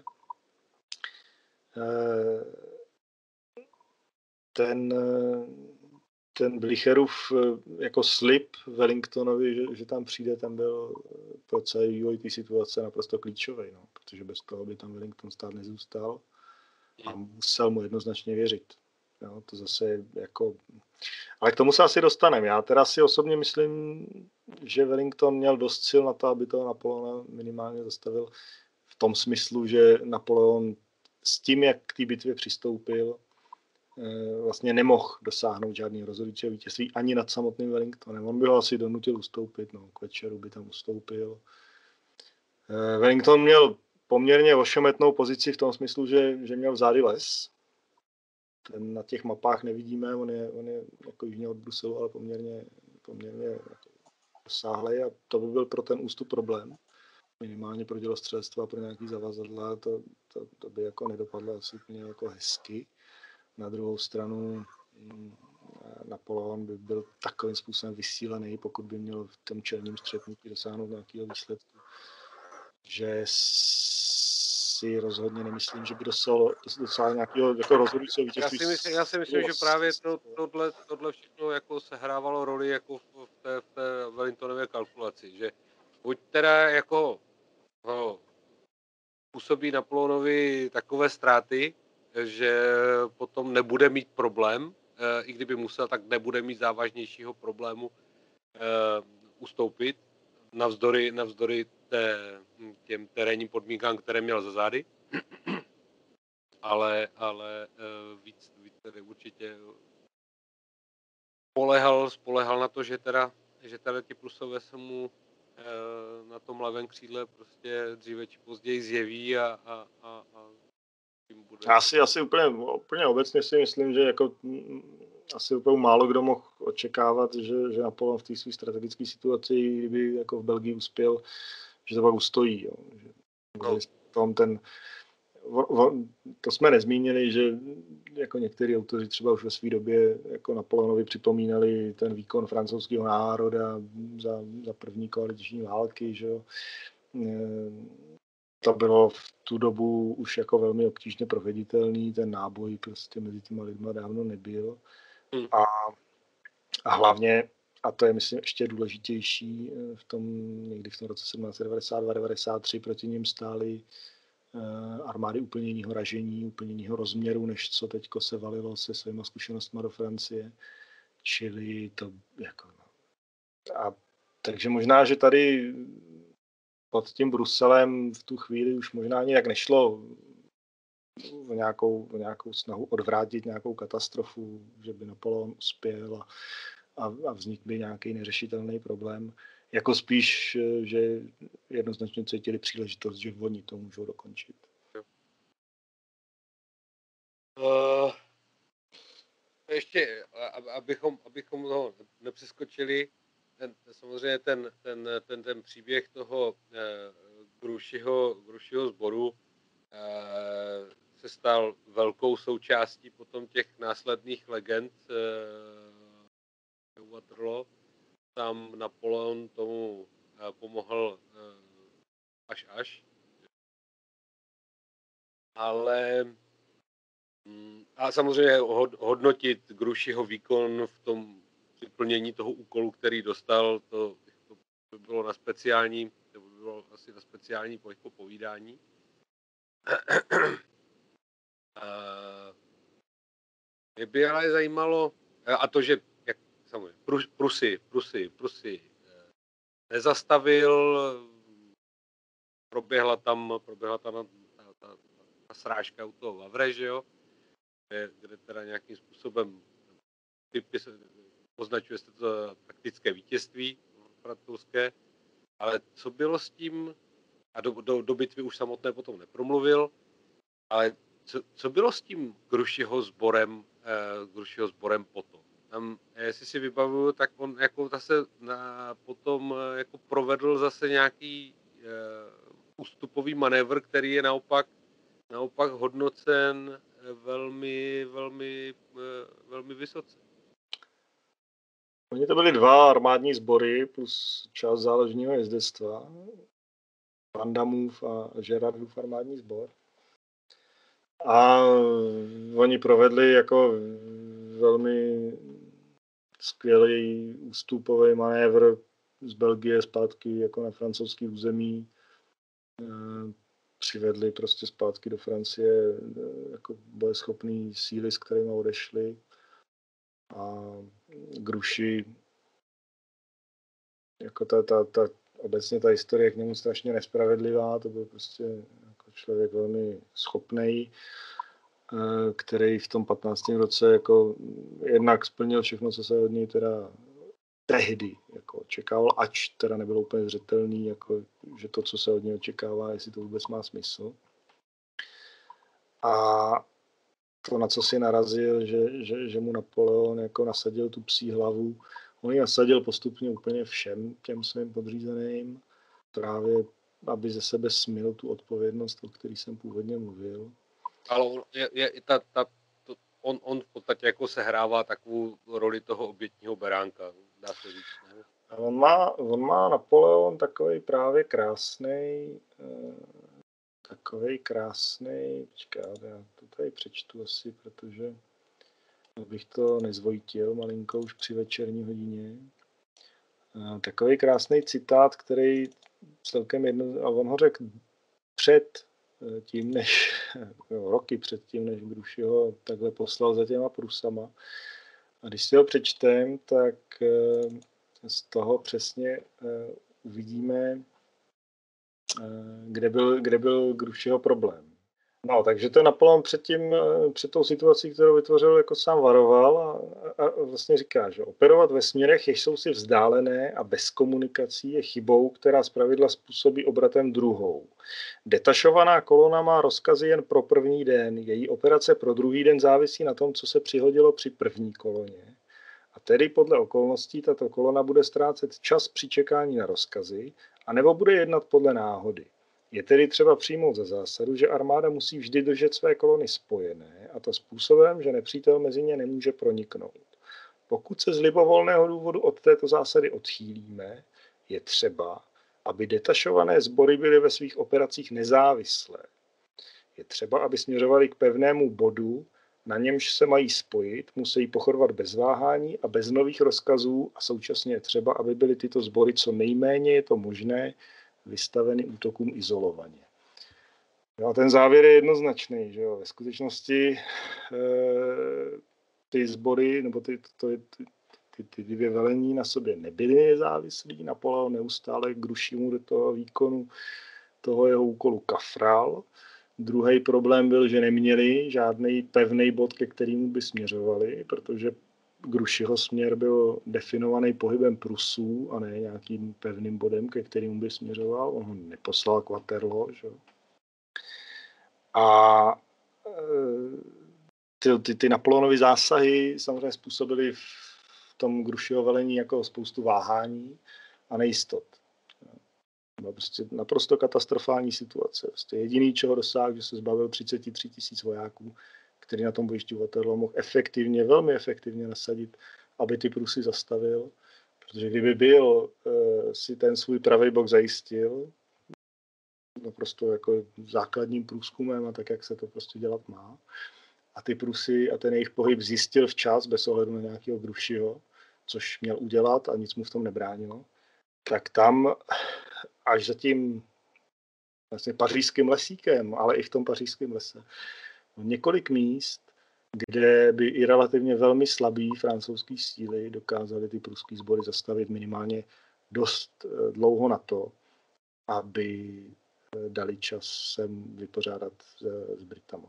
[SPEAKER 3] Ten, ten Blücherův jako slib Wellingtonovi, že, že tam přijde, tam byl pro celý vývoj té situace naprosto klíčový, no, protože bez toho by tam Wellington stát nezůstal a musel mu jednoznačně věřit. Jo, to zase jako... Ale k tomu se asi dostaneme. Já teda si osobně myslím, že Wellington měl dost sil na to, aby toho Napoleona minimálně zastavil v tom smyslu, že Napoleon s tím, jak k té bitvě přistoupil, vlastně nemohl dosáhnout žádný rozhodující vítězství ani nad samotným Wellingtonem. On by ho asi donutil ustoupit, no, k večeru by tam ustoupil. Wellington měl poměrně ošemetnou pozici v tom smyslu, že, že měl v zády les. Ten na těch mapách nevidíme, on je, on je jako jižně od Bruselu, ale poměrně, poměrně jako dosáhlej a to by byl pro ten ústup problém. Minimálně pro dělostřelectvo a pro nějaký zavazadla, to, to, to by jako nedopadlo asi úplně jako hezky. Na druhou stranu Napoleon by byl takovým způsobem vysílený, pokud by měl v tom čelním střetnutí dosáhnout nějakého výsledku, že si rozhodně nemyslím, že by dosáhl, dosáhl nějakého jako rozhodujícího vítězství.
[SPEAKER 2] Já si myslím, já si myslím že právě to, tohle, tohle všechno jako sehrávalo roli jako v té, v té Wellingtonově kalkulaci, že buď teda jako no, působí Napoleonovi takové ztráty, že potom nebude mít problém, e, i kdyby musel, tak nebude mít závažnějšího problému e, ustoupit navzdory, navzdory té, těm terénním podmínkám, které měl za zády. ale, ale e, víc, víc tedy určitě spolehal, spolehal na to, že teda, že teda ti Prusové se mu e, na tom levém křídle prostě dříve či později zjeví a, a, a, a tím bude...
[SPEAKER 3] Já si asi úplně, úplně obecně si myslím, že jako mm, asi úplně málo kdo mohl očekávat, že, že Napoleon v té své strategické situaci, kdyby jako v Belgii uspěl, že to pak ustojí. Jo. Že,
[SPEAKER 2] No.
[SPEAKER 3] tom ten, to jsme nezmínili, že jako některý autoři třeba už ve své době jako Napoleonovi připomínali ten výkon francouzského národa za, za první koaliční války, že jo. To bylo v tu dobu už jako velmi obtížně proveditelný, ten náboj prostě mezi těma lidma dávno nebyl.
[SPEAKER 2] Hmm.
[SPEAKER 3] A, a hlavně, a to je myslím ještě důležitější, v tom někdy v tom roce sedmnáct devadesát dva devadesát tři proti něm stály armády úplně jiného ražení, úplně jiného rozměru, než co teďko se valilo se svýma zkušenostmi do Francie. Čili to jako... A, takže možná, že tady pod tím Bruselem v tu chvíli už možná nějak nešlo o nějakou, o nějakou snahu odvrátit nějakou katastrofu, že by Napoleon uspěl a, a, a vznikl by nějaký neřešitelný problém. Jako spíš, že jednoznačně cítili příležitost, že oni to můžou dokončit.
[SPEAKER 2] Uh, ještě, abychom, abychom ho nepřeskočili, ten, samozřejmě ten, ten, ten, ten příběh toho eh, Grouchyho, Grouchyho sboru eh, se stal velkou součástí potom těch následných legend eh, Waterloo. Tam Napoleon tomu eh, pomohl eh, až až. Ale a samozřejmě hodnotit Grouchyho výkon v tom plnění toho úkolu, který dostal, to, to by bylo na speciální, to by bylo asi na speciální povídání. Mě by ale zajímalo, a to, že jak, samozřejmě, Prusy, Prusy, Prusy nezastavil, proběhla tam, proběhla tam ta, ta, ta srážka u toho Wavre, že jo? Kde, kde teda nějakým způsobem typy se, označuje se to za taktické vítězství francouzské, ale co bylo s tím, a do, do, do bitvy už samotné potom nepromluvil, ale co, co bylo s tím Grouchyho sborem, eh, Grouchyho sborem potom? Tam, jestli si vybavuju, tak on jako zase na, potom eh, jako provedl zase nějaký eh, ústupový manévr, který je naopak, naopak hodnocen velmi, velmi, velmi vysoce.
[SPEAKER 3] Oni to byly dva armádní sbory plus část záložního jezdectva. Vandamův a Gerardův armádní sbor. A oni provedli jako velmi skvělý ústupový manévr z Belgie zpátky jako na francouzský území. Přivedli prostě zpátky do Francie jako bojeschopný síly, s kterými odešli. A Grouchy, jako ta, ta, ta, obecně ta historie k němu strašně nespravedlivá, to byl prostě jako člověk velmi schopnej, který v tom patnáctém roce jako jednak splnil všechno, co se od něj teda tehdy jako očekával, ač teda nebylo úplně zřetelný, jako, že to, co se od něj očekává, jestli to vůbec má smysl. A to, na co si narazil, že, že, že mu Napoleon jako nasadil tu psí hlavu, on ji nasadil postupně úplně všem těm svým podřízeným, právě aby ze sebe smil tu odpovědnost, o který jsem původně mluvil.
[SPEAKER 2] Ale on, je, je, ta, ta, to, on, on v podstatě jako sehrává takovou roli toho obětního beránka, dá se říct. Ne?
[SPEAKER 3] A on má, on má Napoleon takový právě krásnej, takový krásný, počkej, já to tady přečtu asi, protože bych to nezvojtil malinko už při večerní hodině. Takový krásný citát, který celkem jedno, a on ho řekl před tím, než, no, roky před tím, než Gruši ho takhle poslal za těma Prusama. A když si ho přečtem, tak z toho přesně uvidíme, kde byl, kde byl Grušiho problém. No, takže to Napoleon před, tím, před tou situací, kterou vytvořil, jako sám varoval a, a vlastně říká, že operovat ve směrech, jež jsou si vzdálené a bez komunikací, je chybou, která zpravidla způsobí obratem druhou. Detašovaná kolona má rozkazy jen pro první den, její operace pro druhý den závisí na tom, co se přihodilo při první koloně. A tedy podle okolností tato kolona bude ztrácet čas při čekání na rozkazy, anebo bude jednat podle náhody. Je tedy třeba přijmout za zásadu, že armáda musí vždy držet své kolony spojené, a to způsobem, že nepřítel mezi ně nemůže proniknout. Pokud se z libovolného důvodu od této zásady odchýlíme, je třeba, aby detašované sbory byly ve svých operacích nezávislé. Je třeba, aby směřovali k pevnému bodu, na němž se mají spojit, musí pochodovat bez váhání a bez nových rozkazů a současně je třeba, aby byly tyto sbory co nejméně je to možné vystaveny útokům izolovaně. Jo, a ten závěr je jednoznačný. Že jo? Ve skutečnosti e, ty sbory, nebo ty, to, ty, ty, ty dvě velení na sobě nebyly nezávislí. Napoleon neustále k Grušimu do toho výkonu toho jeho úkolu kafral. Druhý problém byl, že neměli žádný pevný bod, ke kterému by směřovali, protože Grušiho směr byl definovaný pohybem Prusů a ne nějakým pevným bodem, ke kterému by směřoval. On ho neposlal k Waterloo. Že? A ty, ty, ty Napoleonovy zásahy samozřejmě způsobily v tom Grušiho velení jako spoustu váhání a nejistot. Byla prostě naprosto katastrofální situace. Prostě jediný, čeho dosáhl, že se zbavil třicet tři tisíc vojáků, který na tom bojišti Waterloo mohl efektivně, velmi efektivně nasadit, aby ty Prusy zastavil. Protože kdyby byl e, si ten svůj pravý bok zajistil, naprosto jako základním průzkumem a tak, jak se to prostě dělat má, a ty Prusy a ten jejich pohyb zjistil včas, bez ohledu na nějakého Grušiho, což měl udělat a nic mu v tom nebránilo, tak tam až za tím vlastně pařížským lesíkem, ale i v tom pařížském lese, několik míst, kde by i relativně velmi slabý francouzský síly dokázaly ty pruský sbory zastavit minimálně dost dlouho na to, aby dali čas sem vypořádat s Britama.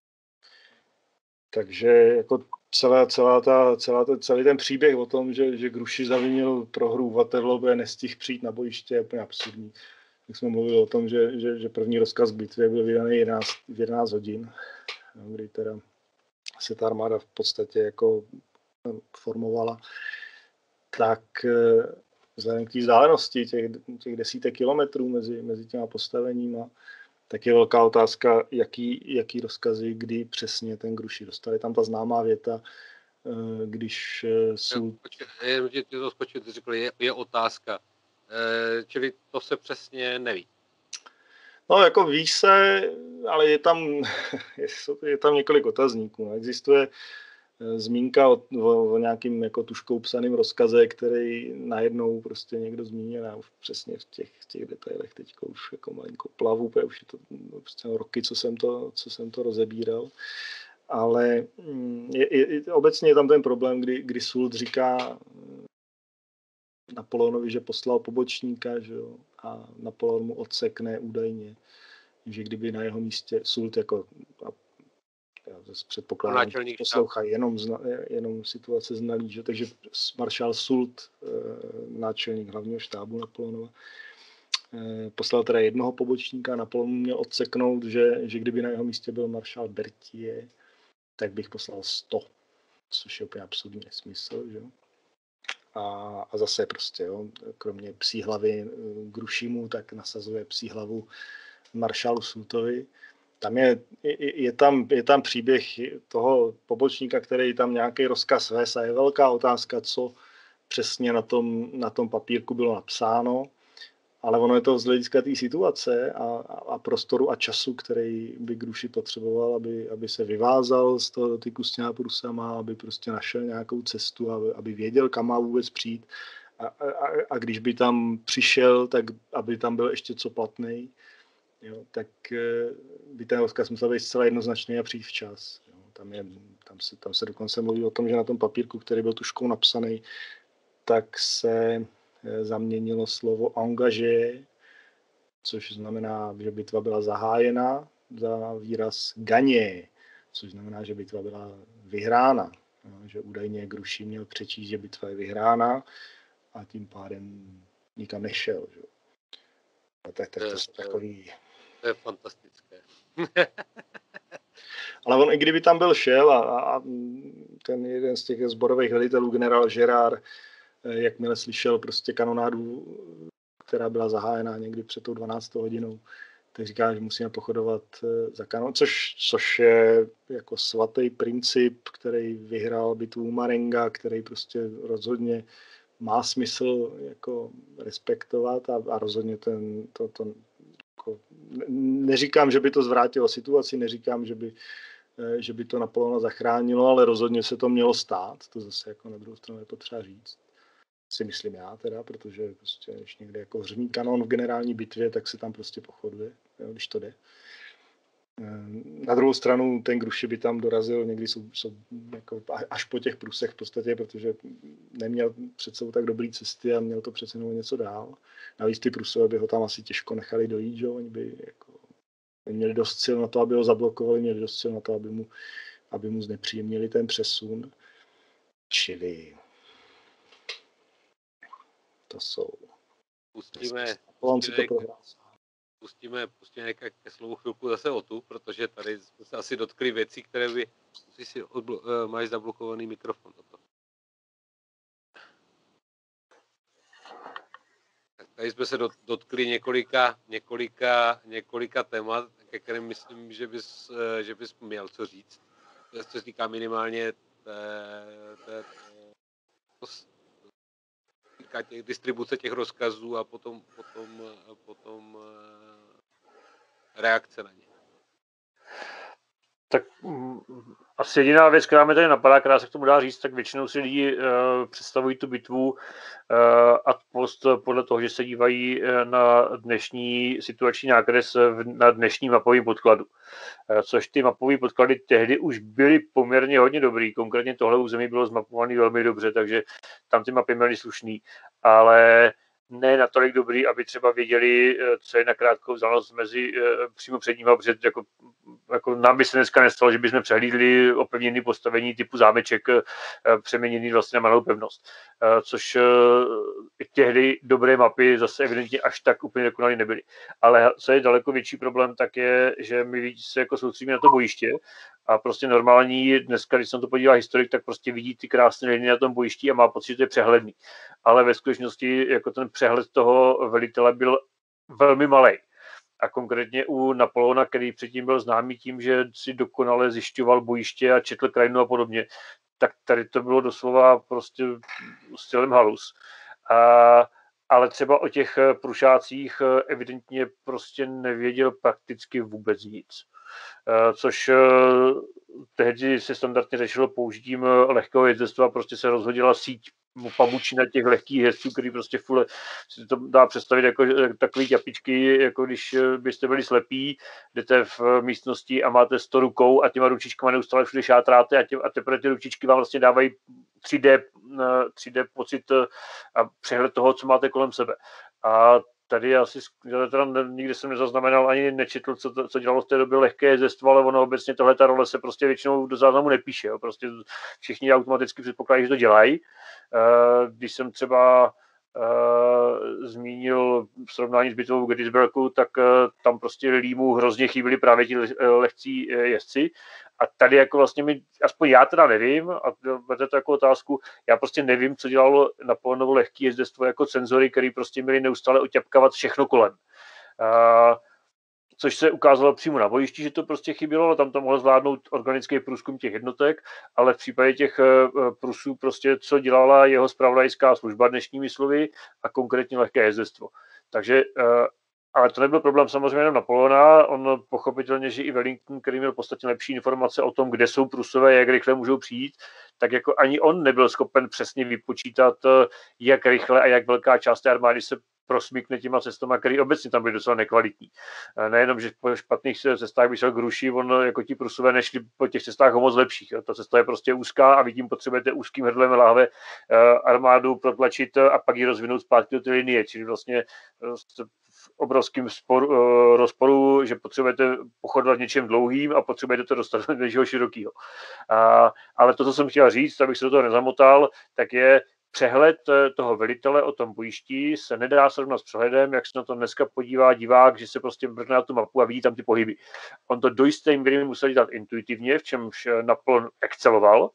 [SPEAKER 3] Takže jako celá, celá ta, celá ta, celý ten příběh o tom, že, že Gruši zavinil prohru v Waterloo, bude nestihl přijít na bojiště, je úplně absurdní. Tak jsme mluvili o tom, že, že, že první rozkaz k bitvě byl vydaný jedenáct, v jedenáct hodin, kdy teda se ta armáda v podstatě jako formovala, tak vzhledem k té vzdálenosti těch, těch desítek kilometrů mezi, mezi těma postaveníma, tak je velká otázka, jaký, jaký rozkazy, kdy přesně ten Gruši dostal. Je tam ta známá věta, když jsou...
[SPEAKER 2] Jenom ti to skočil, ty řekl, je, je otázka. E, čili to se přesně neví.
[SPEAKER 3] No, jako ví se, ale je tam, je, je tam několik otazníků. Existuje zmínka o, o, o nějakým jako tuškou psaným rozkaze, který najednou prostě někdo zmínil a už přesně v těch, v těch detailech teďko už jako malinko plavu, protože už je to prostě roky, co jsem to, co jsem to rozebíral. Ale je, je, obecně je tam ten problém, kdy, kdy Soult říká Napoleonovi, že poslal pobočníka, že jo, a Napoleon mu odsekne údajně, že kdyby na jeho místě Soult jako a já zase předpokládám, že poslouchají jenom, jenom situace znalý, že? Takže maršál Soult, náčelník hlavního štábu Napoleonova, poslal teda jednoho pobočníka, Napoleon měl odseknout, že, že kdyby na jeho místě byl maršál Berthier, tak bych poslal sto, což je úplně absurdní nesmysl, že? A, a zase prostě, jo, kromě psí hlavy Grušimu, tak nasazuje psí hlavu maršálu Soultovi. Tam je, je, je, tam, je tam příběh toho pobočníka, který tam nějaký rozkaz vez a je velká otázka, co přesně na tom, na tom papírku bylo napsáno, ale ono je to z hlediska té situace a, a prostoru a času, který by Gruši potřeboval, aby, aby se vyvázal z toho dotyku s těma Prusama, aby prostě našel nějakou cestu, aby, aby věděl, kam má vůbec přijít a, a, a když by tam přišel, tak aby tam byl ještě co platnej, jo, tak by ten rozkaz musel být zcela jednoznačný a přijít včas. Jo. Tam, je, tam, se, tam se dokonce mluví o tom, že na tom papírku, který byl tuškou napsaný, tak se zaměnilo slovo engagé, což znamená, že bitva byla zahájena, za výraz gagné, což znamená, že bitva byla vyhrána. Jo, že údajně Gruši měl přečíst, že bitva je vyhrána a tím pádem nikam nešel. Že? A tak, tak to, to, takový...
[SPEAKER 2] to je fantastické.
[SPEAKER 3] Ale on, i kdyby tam byl šel a, a ten jeden z těch sborových velitelů, generál Gerard, jakmile slyšel prostě kanonádu, která byla zahájena někdy před tou dvanáctou hodinou, tak říká, že musíme pochodovat za kanon, což, což je jako svatý princip, který vyhrál bitvu Marenga, který prostě rozhodně má smysl jako respektovat a, a rozhodně ten, to, to jako, neříkám, že by to zvrátilo situaci, neříkám, že by, že by to Napoleona zachránilo, ale rozhodně se to mělo stát, to zase jako na druhou stranu je potřeba říct. Si myslím já teda, protože prostě, když někde jako hřmí kanon v generální bitvě, tak se tam prostě pochoduje, jo, když to jde. Na druhou stranu ten Gruši by tam dorazil někdy jsou, jsou jako až po těch průsech v podstatě, protože neměl před sebou tak dobrý cesty a měl to přece jenom něco dál. Navíc ty Prusové by ho tam asi těžko nechali dojít, že oni by jako, měli dost sil na to, aby ho zablokovali, měli dost sil na to, aby mu, aby mu znepříjemnili ten přesun. Čili to jsou...
[SPEAKER 2] Pustíme,
[SPEAKER 3] pustíme,
[SPEAKER 2] to pustíme, pustíme ke slovu chvilku zase o tu, protože tady jsme se asi dotkli věcí, které by... Musíš si odblo- uh, máš zablokovaný mikrofon. Toto. Tak tady jsme se dotkli několika, několika, několika témat, ke kterým myslím, že bys, že bys měl co říct. To se týká minimálně té, té, té, těch distribuce těch rozkazů a potom, potom, potom reakce na ně.
[SPEAKER 4] Tak um, asi jediná věc, která mi tady napadá, která se k tomu dá říct, tak většinou si lidi uh, představují tu bitvu uh, ad post podle toho, že se dívají na dnešní situační nákres na dnešní mapový podkladu. Uh, což ty mapové podklady tehdy už byly poměrně hodně dobrý. Konkrétně tohle území bylo zmapované velmi dobře, takže tam ty mapy měly slušný. Ale ne natolik dobrý, aby třeba věděli, co je na krátkou vzdálenost mezi přímo před ním, protože jako, jako nám by se dneska nestalo, že bychom přehlídli opevněný postavení typu zámeček přeměněný vlastně na malou pevnost. Což tehdy dobré mapy zase evidentně až tak úplně dokonalý nebyly. Ale co je daleko větší problém, tak je, že my víc se jako soustředíme na to bojiště a prostě normální, dneska, když jsem to podíval historik, tak prostě vidí ty krásné linie na tom bojišti a má pocit, že to je přehledný. Ale ve skutečnosti jako ten přehled toho velitele byl velmi malej. A konkrétně u Napoleona, který předtím byl známý tím, že si dokonale zjišťoval bojiště a četl krajinu a podobně, tak tady to bylo doslova prostě stylem halus. A, ale třeba o těch prušácích evidentně prostě nevěděl prakticky vůbec nic. Což tehdy se standardně řešilo použitím lehkého jezdectva, prostě se rozhodila síť pavučina těch lehkých jezdců, který prostě fule, si to dá představit jako takový ťapičky, jako když byste byli slepí, jdete v místnosti a máte sto rukou a těma ručičkama neustále všude šátráte a, tě, a teprve ty ručičky vám vlastně dávají tři dé, tři dé pocit a přehled toho, co máte kolem sebe. A tady asi teda nikdy jsem nezaznamenal ani nečetl, co, to, co dělalo v té době lehké jezdestvo, ale ono obecně tohle ta role se prostě většinou do záznamu nepíše. Jo. Prostě všichni automaticky předpokládají, že to dělají. Když jsem třeba uh, zmínil v srovnání s bitvou v Gettysburgu, tak uh, tam prostě Leemu hrozně chyběli právě ti lehcí jezdci. A tady jako vlastně mi, aspoň já teda nevím, a vedete to jako otázku, já prostě nevím, co dělalo Napoleonovo lehký jezdestvo jako cenzory, který prostě měli neustále oťapkávat všechno kolem. Uh, což se ukázalo přímo na bojišti, že to prostě chybělo, tam to mohlo zvládnout organický průzkum těch jednotek, ale v případě těch Prusů prostě co dělala jeho zpravodajská služba dnešními slovy a konkrétně lehké jezdestvo. Takže ale to nebyl problém samozřejmě jenom Napoleona, on pochopitelně, že i Wellington, který měl podstatně lepší informace o tom, kde jsou Prusové, jak rychle můžou přijít, tak jako ani on nebyl schopen přesně vypočítat, jak rychle a jak velká část té armády se prosmíkne těma cestama, které obecně tam byly docela nekvalitní. Nejenom, že po špatných cestách by šel k Ruši, on jako ti Prusové nešli po těch cestách o moc lepších. Ta cesta je prostě úzká a vy tím potřebujete úzkým hrdlem láhve armádu protlačit a pak ji rozvinout zpátky do té linie, čili vlastně v obrovském sporu, rozporu, že potřebujete pochodovat něčem dlouhým a potřebujete to dostat do něčeho širokého. Ale to, co jsem chtěl říct, abych se do toho nezamotal, tak je přehled toho velitele o tom bojišti se nedá srovnat s přehledem, jak se na to dneska podívá divák, že se prostě mrkne na tu mapu a vidí tam ty pohyby. On to do jisté míry musel dělat intuitivně, v čemž Napoleon exceloval.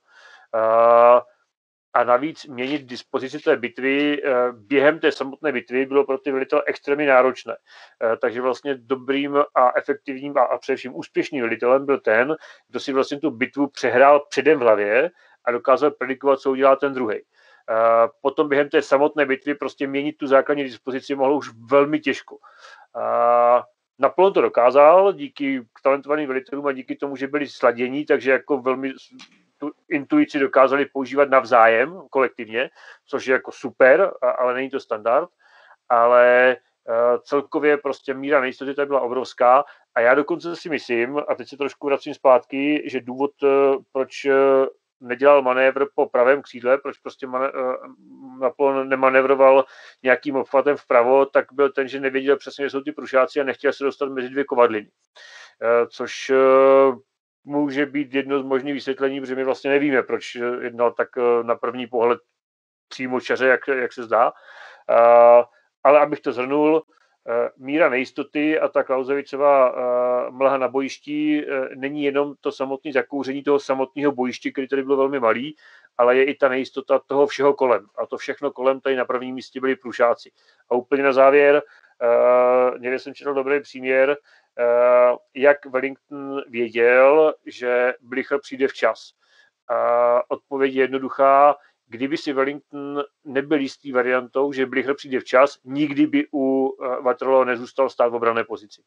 [SPEAKER 4] A navíc měnit dispozici té bitvy během té samotné bitvy bylo pro ty velitele extrémně náročné. Takže vlastně dobrým a efektivním a, a především úspěšným velitelem byl ten, kdo si vlastně tu bitvu přehrál předem v hlavě a dokázal predikovat, co udělá ten druhý. Potom během té samotné bitvy prostě měnit tu základní dispozici mohlo už velmi těžko. Napoleon to dokázal díky talentovaným velitelům a díky tomu, že byli sladění, takže jako velmi tu intuici dokázali používat navzájem, kolektivně, což je jako super, ale není to standard. Ale celkově prostě míra nejistoty tady byla obrovská a já dokonce si myslím, a teď se trošku vracím zpátky, že důvod, proč nedělal manévr po pravém křídle, proč prostě man, Napoleon nemanévroval nějakým obchvatem vpravo, tak byl ten, že nevěděl přesně, že jsou ty prušáci a nechtěl se dostat mezi dvě kovadliny. Což může být jedno z možných vysvětlení, protože my vlastně nevíme, proč jednal tak na první pohled přímočaře, jak, jak se zdá. Ale abych to zhrnul, míra nejistoty a ta Clausewitsova mlha na bojišti není jenom to samotné zakouření toho samotného bojiště, který tady bylo velmi malý, ale je i ta nejistota toho všeho kolem. A to všechno kolem tady na prvním místě byli prušáci. A úplně na závěr, někde jsem četl dobrý příměr, jak Wellington věděl, že Bligher přijde včas. Odpověď je jednoduchá. Kdyby si Wellington nebyl jistý variantou, že Bligher přijde včas, nikdy by u Waterloo nezůstal stát v obranné pozici.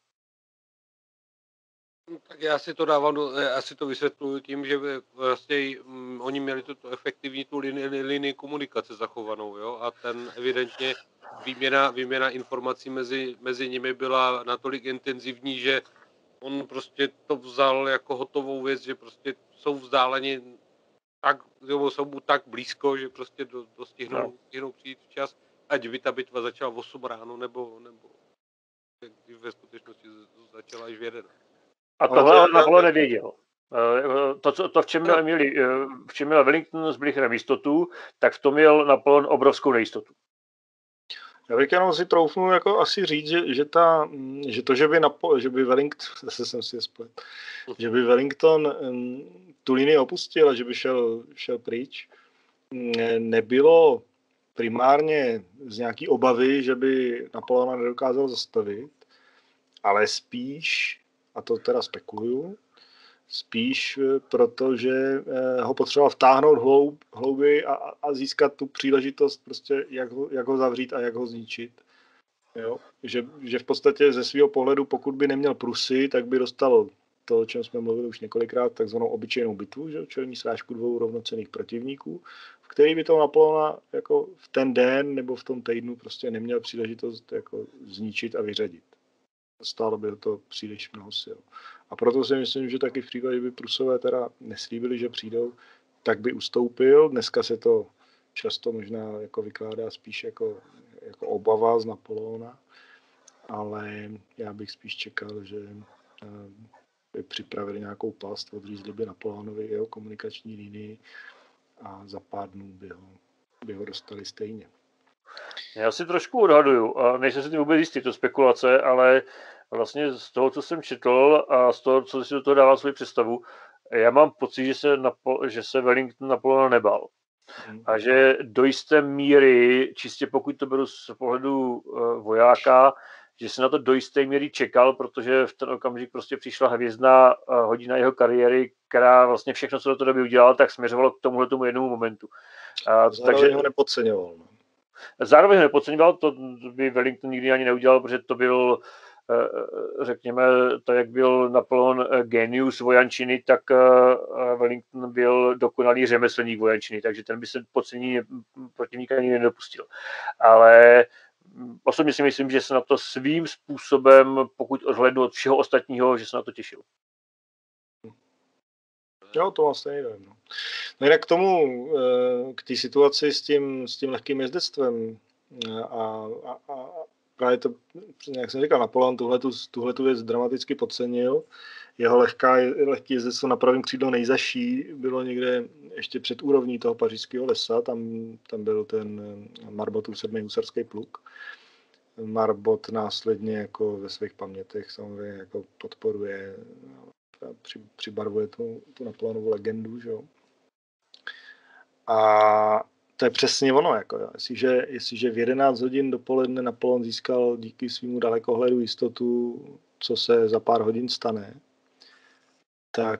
[SPEAKER 2] Tak já si to dávám, já si to vysvětluji tím, že vlastně um, oni měli tu efektivní tu linii, linii komunikace zachovanou, jo, a ten evidentně výměna, výměna informací mezi, mezi nimi byla natolik intenzivní, že on prostě to vzal jako hotovou věc, že prostě jsou vzdáleni tak, jsou mu tak blízko, že prostě do, dostihnou, no. dostihnou přijít včas, ať by ta bitva začala v osm ráno, nebo, nebo když ve skutečnosti začala až v jeden.
[SPEAKER 4] A tohle Napoleon nevěděl. To, co, to v, čem měl, měli, v čem měl Wellington s Bligherem jistotu, tak v tom měl Napoleon obrovskou nejistotu.
[SPEAKER 3] Já bych jenom si troufnul jako asi říct, že, že, ta, že to, že by, Napo, že by Wellington, zase jsem si je splet, že by Wellington um, tu linii opustil a že by šel, šel pryč, nebylo primárně z nějaký obavy, že by Napoleona nedokázal zastavit, ale spíš, a to teda spekuluju, spíš protože ho potřeboval vtáhnout hloub, hlouby a, a získat tu příležitost, prostě jak ho, jak ho zavřít a jak ho zničit. Jo? Že, že v podstatě ze svého pohledu, pokud by neměl Prusy, tak by dostal to, o čem jsme mluvili už několikrát, takzvanou obyčejnou bitvu, že? Čelní srážku dvou rovnocenných protivníků, v který by toho Napoleona jako v ten den nebo v tom týdnu prostě neměl příležitost jako zničit a vyřadit. Stálo by to příliš mnoho sil. A proto si myslím, že taky v případě, by Prusové teda neslíbili, že přijdou, tak by ustoupil. Dneska se to často možná jako vykládá spíš jako, jako obava z Napoleona, ale já bych spíš čekal, že by připravili nějakou past, odřízli by Napoleonovi jeho komunikační linii a za pár dnů by ho, by ho dostali stejně.
[SPEAKER 4] Já si trošku odhaduju, a nejsem si tím vůbec jistý, to spekulace, ale vlastně z toho, co jsem četl a z toho, co si do toho dává svoji představu, já mám pocit, že se, Napo- že se Wellington Napoleona nebal. Hmm. A že do jisté míry, čistě pokud to beru z pohledu uh, vojáka, že se na to do jisté míry čekal, protože v ten okamžik prostě přišla hvězdná uh, hodina jeho kariéry, která vlastně všechno, co do té doby udělal, tak směřovalo k tomuhle tomu jednomu momentu.
[SPEAKER 3] Uh, takže ho nepodceňoval. No.
[SPEAKER 4] Zároveň ho nepodceňoval, to by Wellington nikdy ani neudělal, protože to byl, řekněme, tak jak byl Napoleon genius vojančiny, tak Wellington byl dokonalý řemeslník vojančiny, takže ten by se podcenění protivníka ani nedopustil. Ale osobně si myslím, že se na to svým způsobem, pokud odhlédnu od všeho ostatního, že se na to těšil.
[SPEAKER 3] Jo, to vlastně nevím. No. No jinak k tomu, k té situaci s tím, s tím lehkým jezdectvem a, a, a právě to, jak jsem říkal, Napoleon tuhletu, tuhletu věc dramaticky podcenil. Jeho lehká, lehký jezdectvo na pravém křídlo nejzaší bylo někde ještě před úrovní toho pařížského lesa, tam, tam byl ten Marbotův sedmý husarský pluk. Marbot následně jako ve svých pamětech samozřejmě jako podporuje Při, přibarvuje tu, tu Napoleonovu legendu, že jo. A to je přesně ono, jako jo. Jestliže, jestliže v jedenáct hodin dopoledne Napoleon získal díky svýmu dalekohledu jistotu, co se za pár hodin stane, tak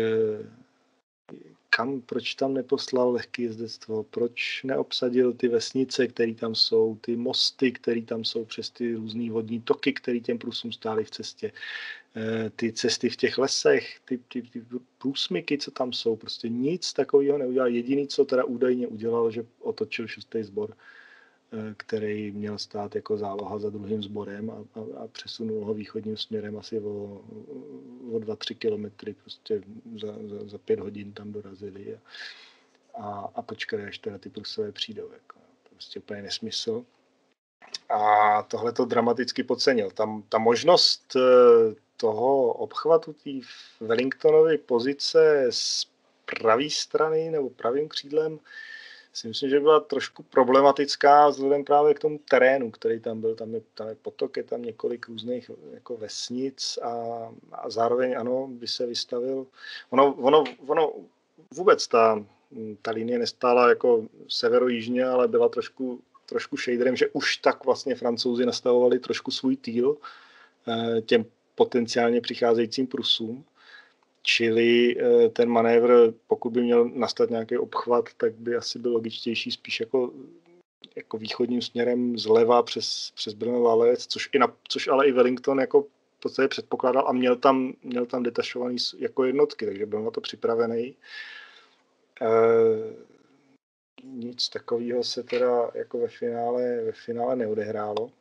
[SPEAKER 3] kam, proč tam neposlal lehké jezdectvo, proč neobsadil ty vesnice, které tam jsou, ty mosty, které tam jsou přes ty různý vodní toky, které těm Prusům stály v cestě, ty cesty v těch lesech, ty, ty, ty průsmyky, co tam jsou, prostě nic takového neudělal. Jediný, co teda údajně udělal, že otočil šestý sbor, který měl stát jako záloha za druhým sborem a, a, a přesunul ho východním směrem asi o, o dva, tři kilometry, prostě za, za, za pět hodin tam dorazili a, a, a počkali, až teda ty Prusové přijdou. Jako. To je prostě úplně nesmysl. A tohle to dramaticky podcenil. Tam ta možnost toho obchvatu té Wellingtonovy pozice z pravé strany nebo pravým křídlem si myslím, že byla trošku problematická vzhledem právě k tomu terénu, který tam byl. Tam je, tam je potok, je tam několik různých jako vesnic a, a zároveň ano, by se vystavil. Ono, ono, ono vůbec ta, ta linie nestála jako severo-jižně, ale byla trošku, trošku shaderem, že už tak vlastně Francouzi nastavovali trošku svůj týl těm potenciálně přicházejícím Prusům. Čili ten manévr, pokud by měl nastat nějaký obchvat, tak by asi byl logičtější spíš jako, jako východním směrem zleva přes, přes Brno Valec, což, i na, což ale i Wellington jako v podstatě předpokládal a měl tam, měl tam detašovaný jako jednotky, takže byl na to připravený. E, nic takového se teda jako ve finále, ve finále neodehrálo.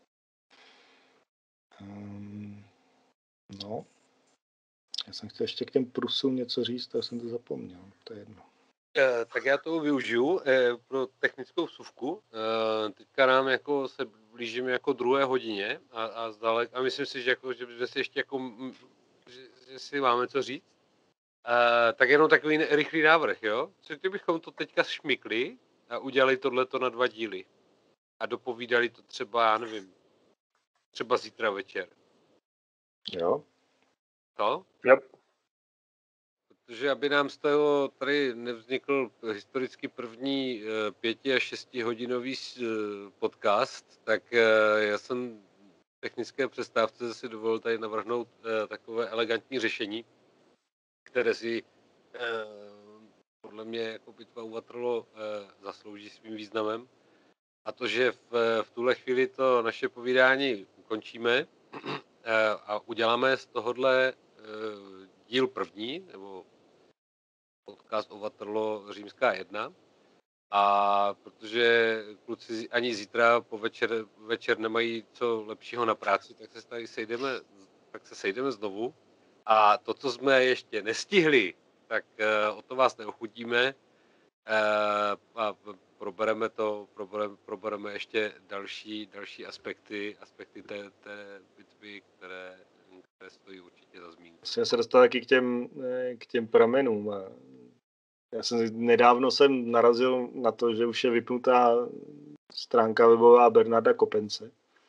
[SPEAKER 3] Um, no. Já jsem chtěl ještě k těm Prusům něco říct, tak jsem to zapomněl. To je jedno.
[SPEAKER 2] E, tak já to využiju e, pro technickou vsuvku. E, teďka nám jako se blížíme jako druhé hodině a, a zdalek, a myslím si, že, jako, že bychom si ještě jako, že, že si máme co říct. E, tak jenom takový rychlý návrh, jo? Co kdybychom to teďka šmykli a udělali tohleto na dva díly a dopovídali to třeba, já nevím, třeba zítra večer.
[SPEAKER 3] Jo.
[SPEAKER 2] To?
[SPEAKER 4] Yep.
[SPEAKER 2] Protože aby nám z toho tady nevznikl historicky první pěti až šestihodinový podcast, tak já jsem v technické přestávce si dovolil tady navrhnout takové elegantní řešení, které si podle mě jako bitva u Waterloo zaslouží svým významem. A to, že v, v tuhle chvíli to naše povídání ukončíme a uděláme z tohohle díl první, nebo podcast o Waterloo římská jedna. A protože kluci ani zítra po večer, večer nemají co lepšího na práci, tak se tady sejdeme, tak se sejdeme znovu. A to, co jsme ještě nestihli, tak uh, o to vás neochutíme. Uh, a probereme to, probereme, probereme ještě další, další aspekty, aspekty té, té bitvy, které, které stojí určitě za zmínku.
[SPEAKER 3] Jsem se dostal taky k těm, k těm pramenům. Já jsem nedávno jsem narazil na to, že už je vypnutá stránka webová Bernarda Kopence,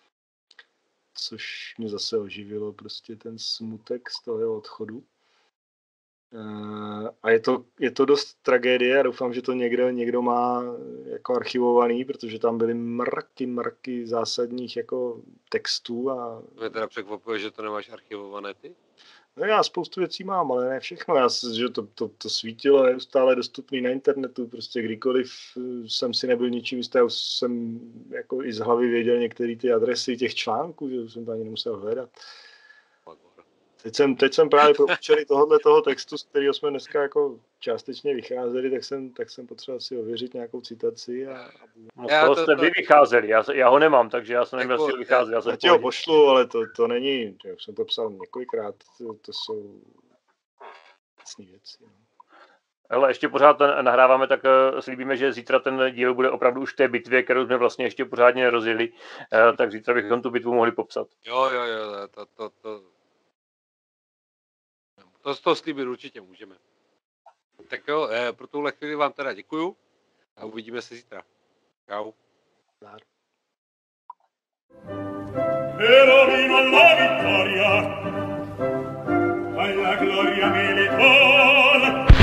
[SPEAKER 3] což mě zase oživilo prostě ten smutek z toho odchodu. A je to, je to dost tragédie a doufám, že to někdo, někdo má jako archivovaný, protože tam byly mraky, mraky zásadních jako textů. A...
[SPEAKER 2] Mě teda překvapuje, že to nemáš archivované ty?
[SPEAKER 3] No já spoustu věcí mám, ale ne všechno. Já, že to, to, to svítilo neustále dostupný na internetu, prostě kdykoliv jsem si nebyl ničím jistý, já jsem jako i z hlavy věděl některé ty adresy těch článků, že jsem to ani nemusel hledat. Teď jsem, teď jsem právě pro účely tohohle toho textu, z kterého jsme dneska jako částečně vycházeli, tak jsem, tak jsem potřeboval si ověřit nějakou citaci. A, a...
[SPEAKER 4] No, z toho jste to... vy vycházeli, já, já ho nemám, takže já jsem neměl si vycházet. Já,
[SPEAKER 3] já ti ho pošlu, ale to, to není, já jsem to psal několikrát, to, to jsou jasný věci. No.
[SPEAKER 4] Ale ještě pořád nahráváme, tak slíbíme, že zítra ten díl bude opravdu už v té bitvě, kterou jsme vlastně ještě pořádně nerozjeli, tak zítra bychom tu bitvu mohli popsat.
[SPEAKER 2] Jo, jo, jo, to, to, to... To z toho slíbit určitě můžeme. Tak jo, eh, pro tuhle chvíli vám teda děkuju a uvidíme se zítra. Čau.
[SPEAKER 1] Pero vino la vittoria, alla gloria militare.